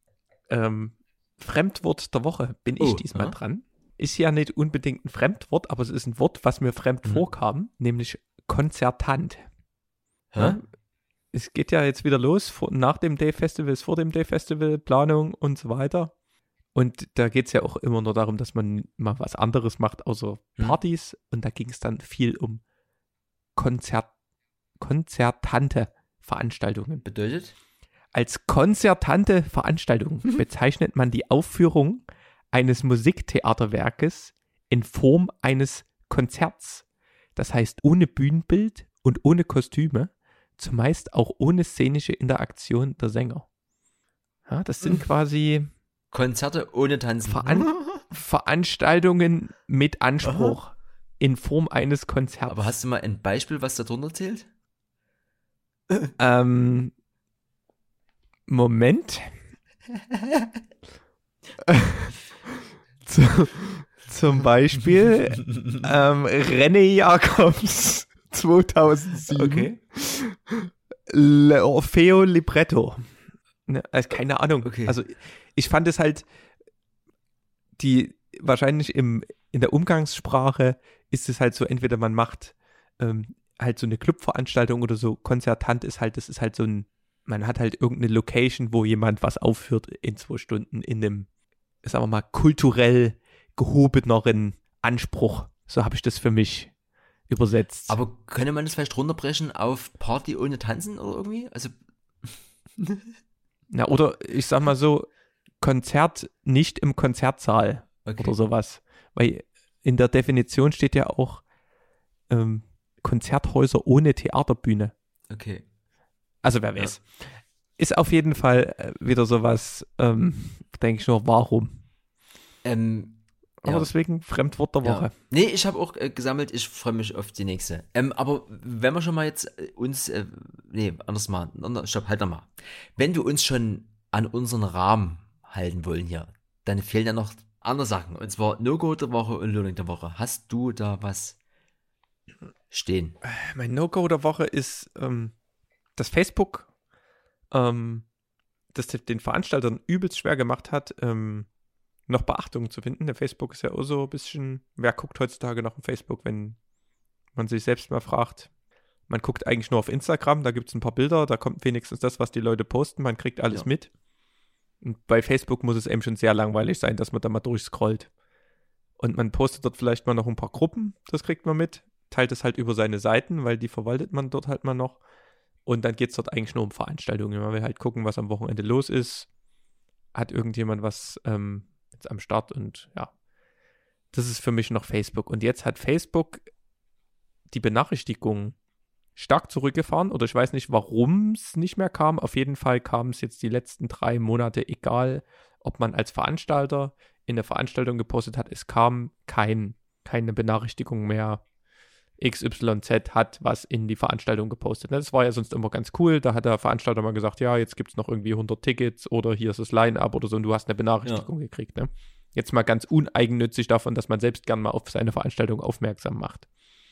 Ähm, Fremdwort der Woche bin ich Oh, diesmal ja. dran. Ist ja nicht unbedingt ein Fremdwort, aber es ist ein Wort, was mir fremd Mhm. vorkam, nämlich konzertant. Hä? Ja? Es geht ja jetzt wieder los, vor, nach dem Day Festival, vor dem Day Festival, Planung und so weiter. Und da geht es ja auch immer nur darum, dass man mal was anderes macht, außer Hm. Partys. Und da ging es dann viel um Konzert, konzertante Veranstaltungen. Bedeutet? Als konzertante Veranstaltung bezeichnet man die Aufführung eines Musiktheaterwerkes in Form eines Konzerts. Das heißt ohne Bühnenbild und ohne Kostüme, zumeist auch ohne szenische Interaktion der Sänger. Ja, das sind quasi Konzerte ohne Tanzen. Veran Veranstaltungen mit Anspruch in Form eines Konzerts. Aber hast du mal ein Beispiel, was da drunter zählt? Ähm, Moment. Zu, zum Beispiel ähm, René Jacobs zweitausendsieben. Okay. Le Orfeo Libretto. Ne, also keine Ahnung. Okay. Also ich fand es halt, die wahrscheinlich im, in der Umgangssprache ist es halt so, entweder man macht ähm, halt so eine Clubveranstaltung oder so, konzertant ist halt, das ist halt so ein, man hat halt irgendeine Location, wo jemand was aufführt in zwei Stunden in einem, sagen wir mal, kulturell gehobeneren Anspruch. So habe ich das für mich übersetzt. Aber könnte man das vielleicht runterbrechen auf Party ohne Tanzen oder irgendwie? Also. Na, oder ich sag mal so, Konzert nicht im Konzertsaal Okay. oder sowas. Weil in der Definition steht ja auch ähm, Konzerthäuser ohne Theaterbühne. Okay. Also wer weiß. Ja. Ist auf jeden Fall äh, wieder sowas, ähm, denke ich nur, warum? Ähm, aber ja. deswegen Fremdwort der Woche. Ja. Nee, ich habe auch äh, gesammelt, ich freue mich auf die nächste. Ähm, aber wenn wir schon mal jetzt äh, uns, äh, nee, anders mal, stopp, halt nochmal. Wenn wir uns schon an unseren Rahmen halten wollen hier, dann fehlen ja noch andere Sachen. Und zwar No-Go der Woche und Learning der Woche. Hast du da was stehen? Mein No-Go der Woche ist, ähm, dass Facebook ähm, das den Veranstaltern übelst schwer gemacht hat, ähm, noch Beachtung zu finden. Der Facebook ist ja auch so ein bisschen, wer guckt heutzutage noch auf Facebook, wenn man sich selbst mal fragt. Man guckt eigentlich nur auf Instagram, da gibt es ein paar Bilder, da kommt wenigstens das, was die Leute posten, man kriegt alles Ja. mit. Und bei Facebook muss es eben schon sehr langweilig sein, dass man da mal durchscrollt. Und man postet dort vielleicht mal noch ein paar Gruppen, das kriegt man mit, teilt es halt über seine Seiten, weil die verwaltet man dort halt mal noch. Und dann geht es dort eigentlich nur um Veranstaltungen. Man will halt gucken, was am Wochenende los ist. Hat irgendjemand was ähm, jetzt am Start und ja, das ist für mich noch Facebook. Und jetzt hat Facebook die Benachrichtigungen stark zurückgefahren oder ich weiß nicht, warum es nicht mehr kam. Auf jeden Fall kam es jetzt die letzten drei Monate, egal ob man als Veranstalter in der Veranstaltung gepostet hat, es kam kein, keine Benachrichtigung mehr. X Y Z hat was in die Veranstaltung gepostet. Das war ja sonst immer ganz cool. Da hat der Veranstalter mal gesagt, ja, jetzt gibt es noch irgendwie hundert Tickets oder hier ist das Line-Up oder so und du hast eine Benachrichtigung ja. gekriegt. Ne? Jetzt mal ganz uneigennützig davon, dass man selbst gern mal auf seine Veranstaltung aufmerksam macht.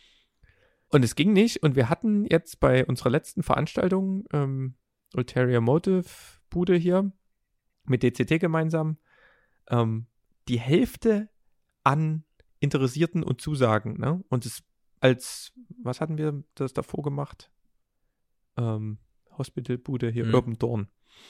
Und es ging nicht und wir hatten jetzt bei unserer letzten Veranstaltung ähm, Ulterior Motive Bude hier mit D C T gemeinsam ähm, die Hälfte an Interessierten und Zusagen. Ne? Und es als, was hatten wir das davor gemacht? Ähm, Hospitalbude hier, mhm. Urban Dawn.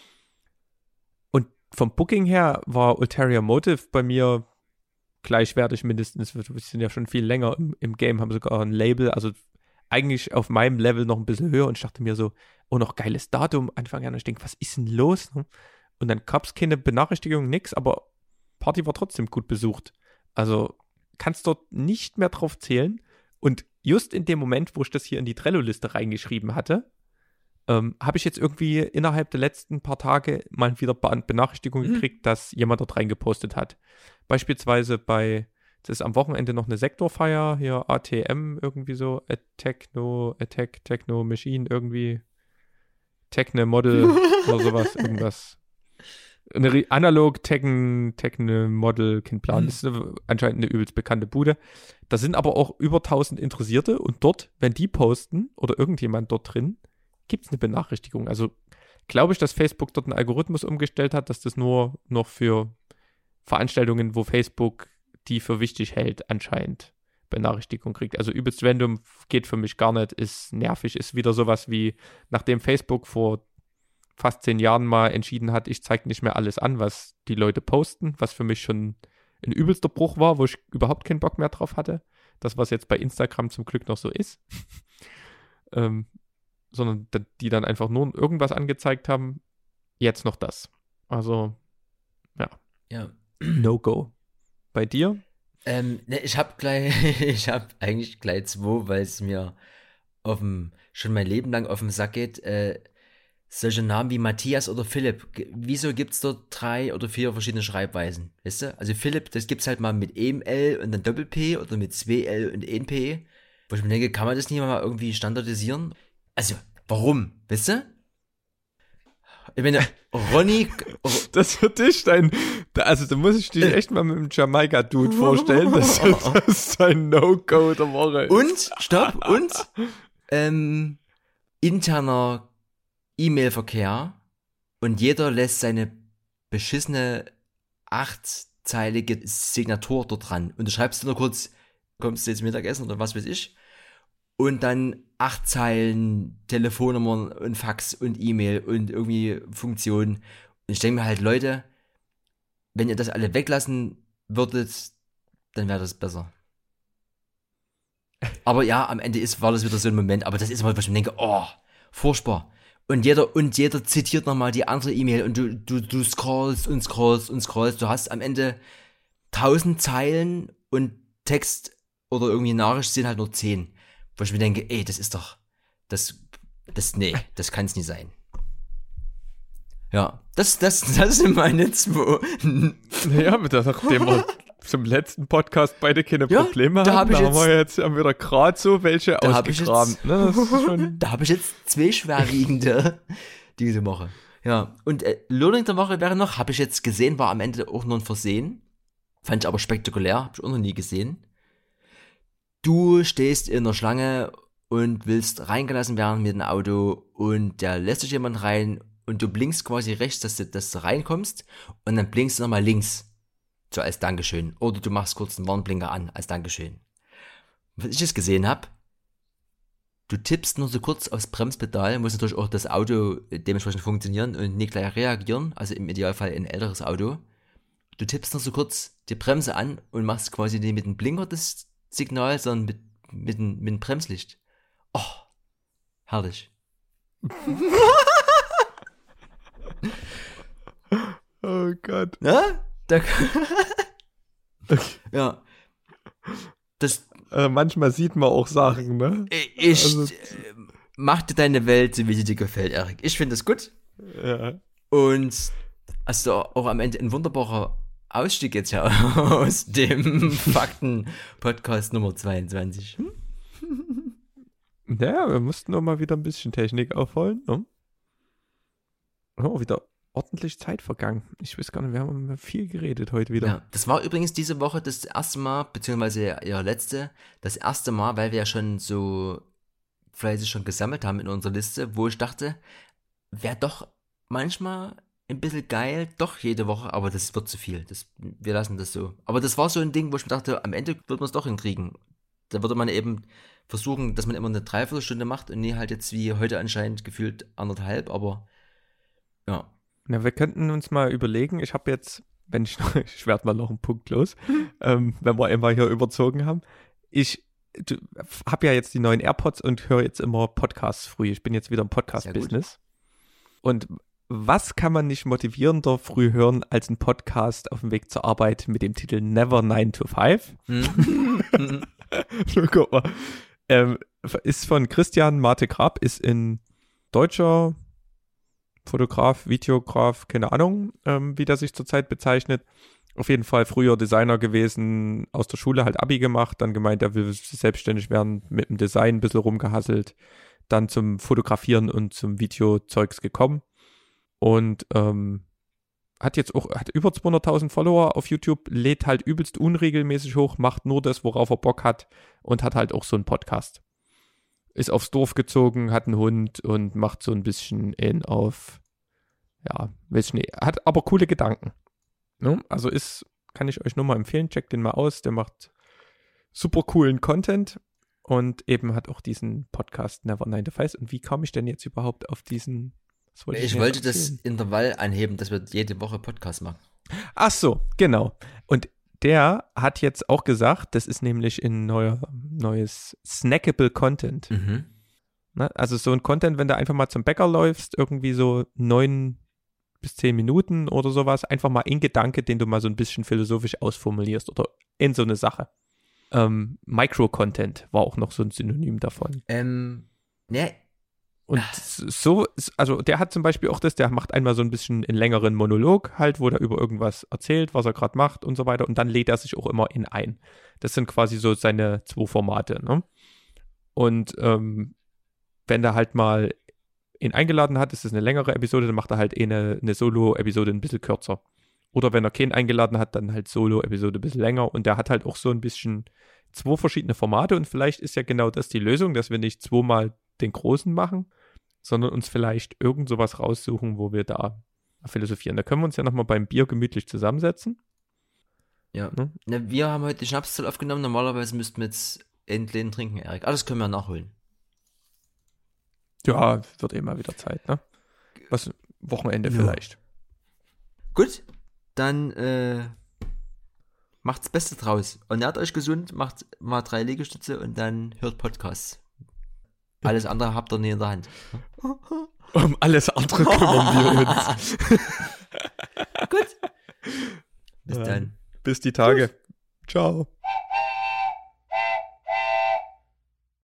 Und vom Booking her war Ulterior Motive bei mir gleichwertig mindestens. Wir sind ja schon viel länger im, im Game, haben sogar ein Label, also eigentlich auf meinem Level noch ein bisschen höher und ich dachte mir so, oh, noch geiles Datum, Anfang an, ich denke, was ist denn los? Und dann gab es keine Benachrichtigung, nix, aber Party war trotzdem gut besucht. Also kannst dort nicht mehr drauf zählen. Und just in dem Moment, wo ich das hier in die Trello-Liste reingeschrieben hatte, ähm, habe ich jetzt irgendwie innerhalb der letzten paar Tage mal wieder Benachrichtigungen mhm. gekriegt, dass jemand dort reingepostet hat. Beispielsweise bei, das ist am Wochenende noch eine Sektorfeier, hier A T M irgendwie so, Techno, Attack, Techno Machine irgendwie, Techno Model oder sowas, irgendwas. Eine Analog Techno, Techno Model Kindplan, mhm. das ist eine, anscheinend eine übelst bekannte Bude. Da sind aber auch über tausend Interessierte und dort, wenn die posten oder irgendjemand dort drin, gibt es eine Benachrichtigung. Also glaube ich, dass Facebook dort einen Algorithmus umgestellt hat, dass das nur noch für Veranstaltungen, wo Facebook die für wichtig hält, anscheinend Benachrichtigung kriegt. Also übelst random geht für mich gar nicht, ist nervig, ist wieder sowas wie, nachdem Facebook vor fast zehn Jahren mal entschieden hat, ich zeige nicht mehr alles an, was die Leute posten, was für mich schon ein übelster Bruch war, wo ich überhaupt keinen Bock mehr drauf hatte. Das, was jetzt bei Instagram zum Glück noch so ist. ähm, sondern die dann einfach nur irgendwas angezeigt haben, jetzt noch das. Also, ja. Ja. No go. Bei dir? Ähm, ne, ich habe gleich, ich habe eigentlich gleich zwei, weil es mir auf dem, schon mein Leben lang auf den Sack geht, äh, solche Namen wie Matthias oder Philipp. G- Wieso gibt es dort drei oder vier verschiedene Schreibweisen? Weißt du? Also Philipp, das gibt's halt mal mit einem L und dann Doppel-P oder mit zwei L und ein P. Wo ich mir denke, kann man das nicht mal irgendwie standardisieren? Also, warum? Weißt du? Ich meine, Ronny, Das für dich dein, da- also da muss ich dich echt mal mit dem Jamaika-Dude vorstellen, dass das dein No-Go der Woche ist. und, stopp, und, ähm, interner E-Mail-Verkehr und jeder lässt seine beschissene achtzeilige Signatur dort dran. Und du schreibst nur kurz, kommst du jetzt Mittagessen oder was weiß ich. Und dann acht Zeilen Telefonnummern und Fax und E-Mail und irgendwie Funktionen. Und ich denke mir halt, Leute, wenn ihr das alle weglassen würdet, dann wäre das besser. Aber ja, am Ende ist, war das wieder so ein Moment, aber das ist mal, was ich mir denke, oh, furchtbar. Und jeder, und jeder zitiert nochmal die andere E-Mail und du, du, du scrollst und scrollst und scrollst. Du hast am Ende tausend Zeilen und Text oder irgendwie Nachricht sind halt nur zehn. Wo ich mir denke, ey, das ist doch, das, das, nee, das kann es nicht sein. Ja, das, das, das sind meine zwei. Naja, mit der, nachdem wir zum letzten Podcast beide keine Ja, Probleme da haben, hab ich da haben jetzt- wir jetzt haben wir da gerade so welche Da hab ich ausgegraben. jetzt- Ne? Das ist schon, Da habe ich jetzt zwei schwerwiegende diese Woche. Ja, und äh, Learning der Woche wäre noch, habe ich jetzt gesehen, war am Ende auch nur ein Versehen. Fand ich aber spektakulär, habe ich auch noch nie gesehen. Du stehst in der Schlange und willst reingelassen werden mit dem Auto und da lässt sich jemand rein und du blinkst quasi rechts, dass du, dass du reinkommst und dann blinkst du nochmal links. So als Dankeschön. Oder du machst kurz einen Warnblinker an als Dankeschön. Was ich jetzt gesehen habe, du tippst nur so kurz aufs Bremspedal, muss natürlich auch das Auto dementsprechend funktionieren und nicht gleich reagieren, also im Idealfall ein älteres Auto. Du tippst nur so kurz die Bremse an und machst quasi nicht mit dem Blinker das Signal, sondern mit, mit, dem- mit dem Bremslicht. Oh, herrlich. oh Gott. Na? Da, ja. Das, Äh, manchmal sieht man auch Sachen, ne? ich, Also- äh, mach dir deine Welt, so wie sie dir gefällt, Erik. Ich finde das gut. Ja. Und also auch am Ende ein wunderbarer Ausstieg jetzt ja aus dem Fakten-Podcast Nummer zweiundzwanzig. Hm? Naja, wir mussten nur mal wieder ein bisschen Technik aufholen. Ne? Oh, wieder ordentlich Zeit vergangen. Ich weiß gar nicht, wir haben viel geredet heute wieder. Ja, das war übrigens diese Woche das erste Mal, beziehungsweise ihre letzte, das erste Mal, weil wir ja schon so fleißig schon gesammelt haben in unserer Liste, wo ich dachte, wäre doch manchmal ein bisschen geil, doch jede Woche, aber das wird zu viel. Das, wir lassen das so. Aber das war so ein Ding, wo ich mir dachte, am Ende wird man es doch hinkriegen. Da würde man eben versuchen, dass man immer eine Dreiviertelstunde macht und nie halt jetzt wie heute anscheinend gefühlt anderthalb, aber ja. Na, wir könnten uns mal überlegen, ich habe jetzt, wenn ich noch, ich werde mal noch einen Punkt los, ähm, wenn wir einmal hier überzogen haben. Ich habe ja jetzt die neuen AirPods und höre jetzt immer Podcasts früh. Ich bin jetzt wieder im Podcast-Business. Und was kann man nicht motivierender früh hören als ein Podcast auf dem Weg zur Arbeit mit dem Titel Never nine to five? Hm? Guck mal. Ähm, ist von Christian Marte Grab, ist ein deutscher Fotograf, Videograf, keine Ahnung, ähm, wie der sich zurzeit bezeichnet. Auf jeden Fall früher Designer gewesen, aus der Schule halt Abi gemacht, dann gemeint, er will selbstständig werden, mit dem Design ein bisschen rumgehasselt, dann zum Fotografieren und zum Videozeugs gekommen und ähm, hat jetzt auch, hat über zweihunderttausend Follower auf YouTube, lädt halt übelst unregelmäßig hoch, macht nur das, worauf er Bock hat und hat halt auch so einen Podcast. Ist aufs Dorf gezogen, hat einen Hund und macht so ein bisschen in auf ja, weiß ich nicht. Hat aber coole Gedanken. Ne? Also ist, kann ich euch nur mal empfehlen, checkt den mal aus. Der macht super coolen Content und eben hat auch diesen Podcast Never nine to five. Und wie kam ich denn jetzt überhaupt auf diesen? Was wollte ich ich wollte das Intervall anheben, dass wir jede Woche Podcast machen. Ach so, genau. Und der hat jetzt auch gesagt, das ist nämlich ein neuer, neues snackable Content. Mhm. Ne? Also so ein Content, wenn du einfach mal zum Bäcker läufst, irgendwie so neun bis zehn Minuten oder sowas, einfach mal in Gedanke, den du mal so ein bisschen philosophisch ausformulierst oder in so eine Sache. Ähm, Micro-Content war auch noch so ein Synonym davon. Ähm, ne. Und so, also der hat zum Beispiel auch das, der macht einmal so ein bisschen einen längeren Monolog halt, wo der über irgendwas erzählt, was er gerade macht und so weiter und dann lädt er sich auch immer in ein. Das sind quasi so seine zwei Formate, ne? Und ähm, wenn der halt mal ihn eingeladen hat, ist es eine längere Episode, dann macht er halt eh eine, eine Solo-Episode ein bisschen kürzer. Oder wenn er keinen eingeladen hat, dann halt Solo-Episode ein bisschen länger und der hat halt auch so ein bisschen zwei verschiedene Formate und vielleicht ist ja genau das die Lösung, dass wir nicht zweimal den Großen machen, sondern uns vielleicht irgend sowas raussuchen, wo wir da philosophieren. Da können wir uns ja nochmal beim Bier gemütlich zusammensetzen. Ja. Ne? Ne, wir haben heute die Schnapszahl aufgenommen. Normalerweise müssten wir jetzt Endlehnen trinken, Erik. Ah, das können wir nachholen. Ja, wird eh mal wieder Zeit, ne? Was, Wochenende ja. Vielleicht. Gut, dann äh, macht's Beste draus. Ernährt euch gesund, macht mal drei Liegestütze und dann hört Podcasts. Alles andere habt ihr nie in der Hand. Um alles andere kümmern wir uns. Gut. Bis ja. dann. Bis die Tage. Tschüss. Ciao.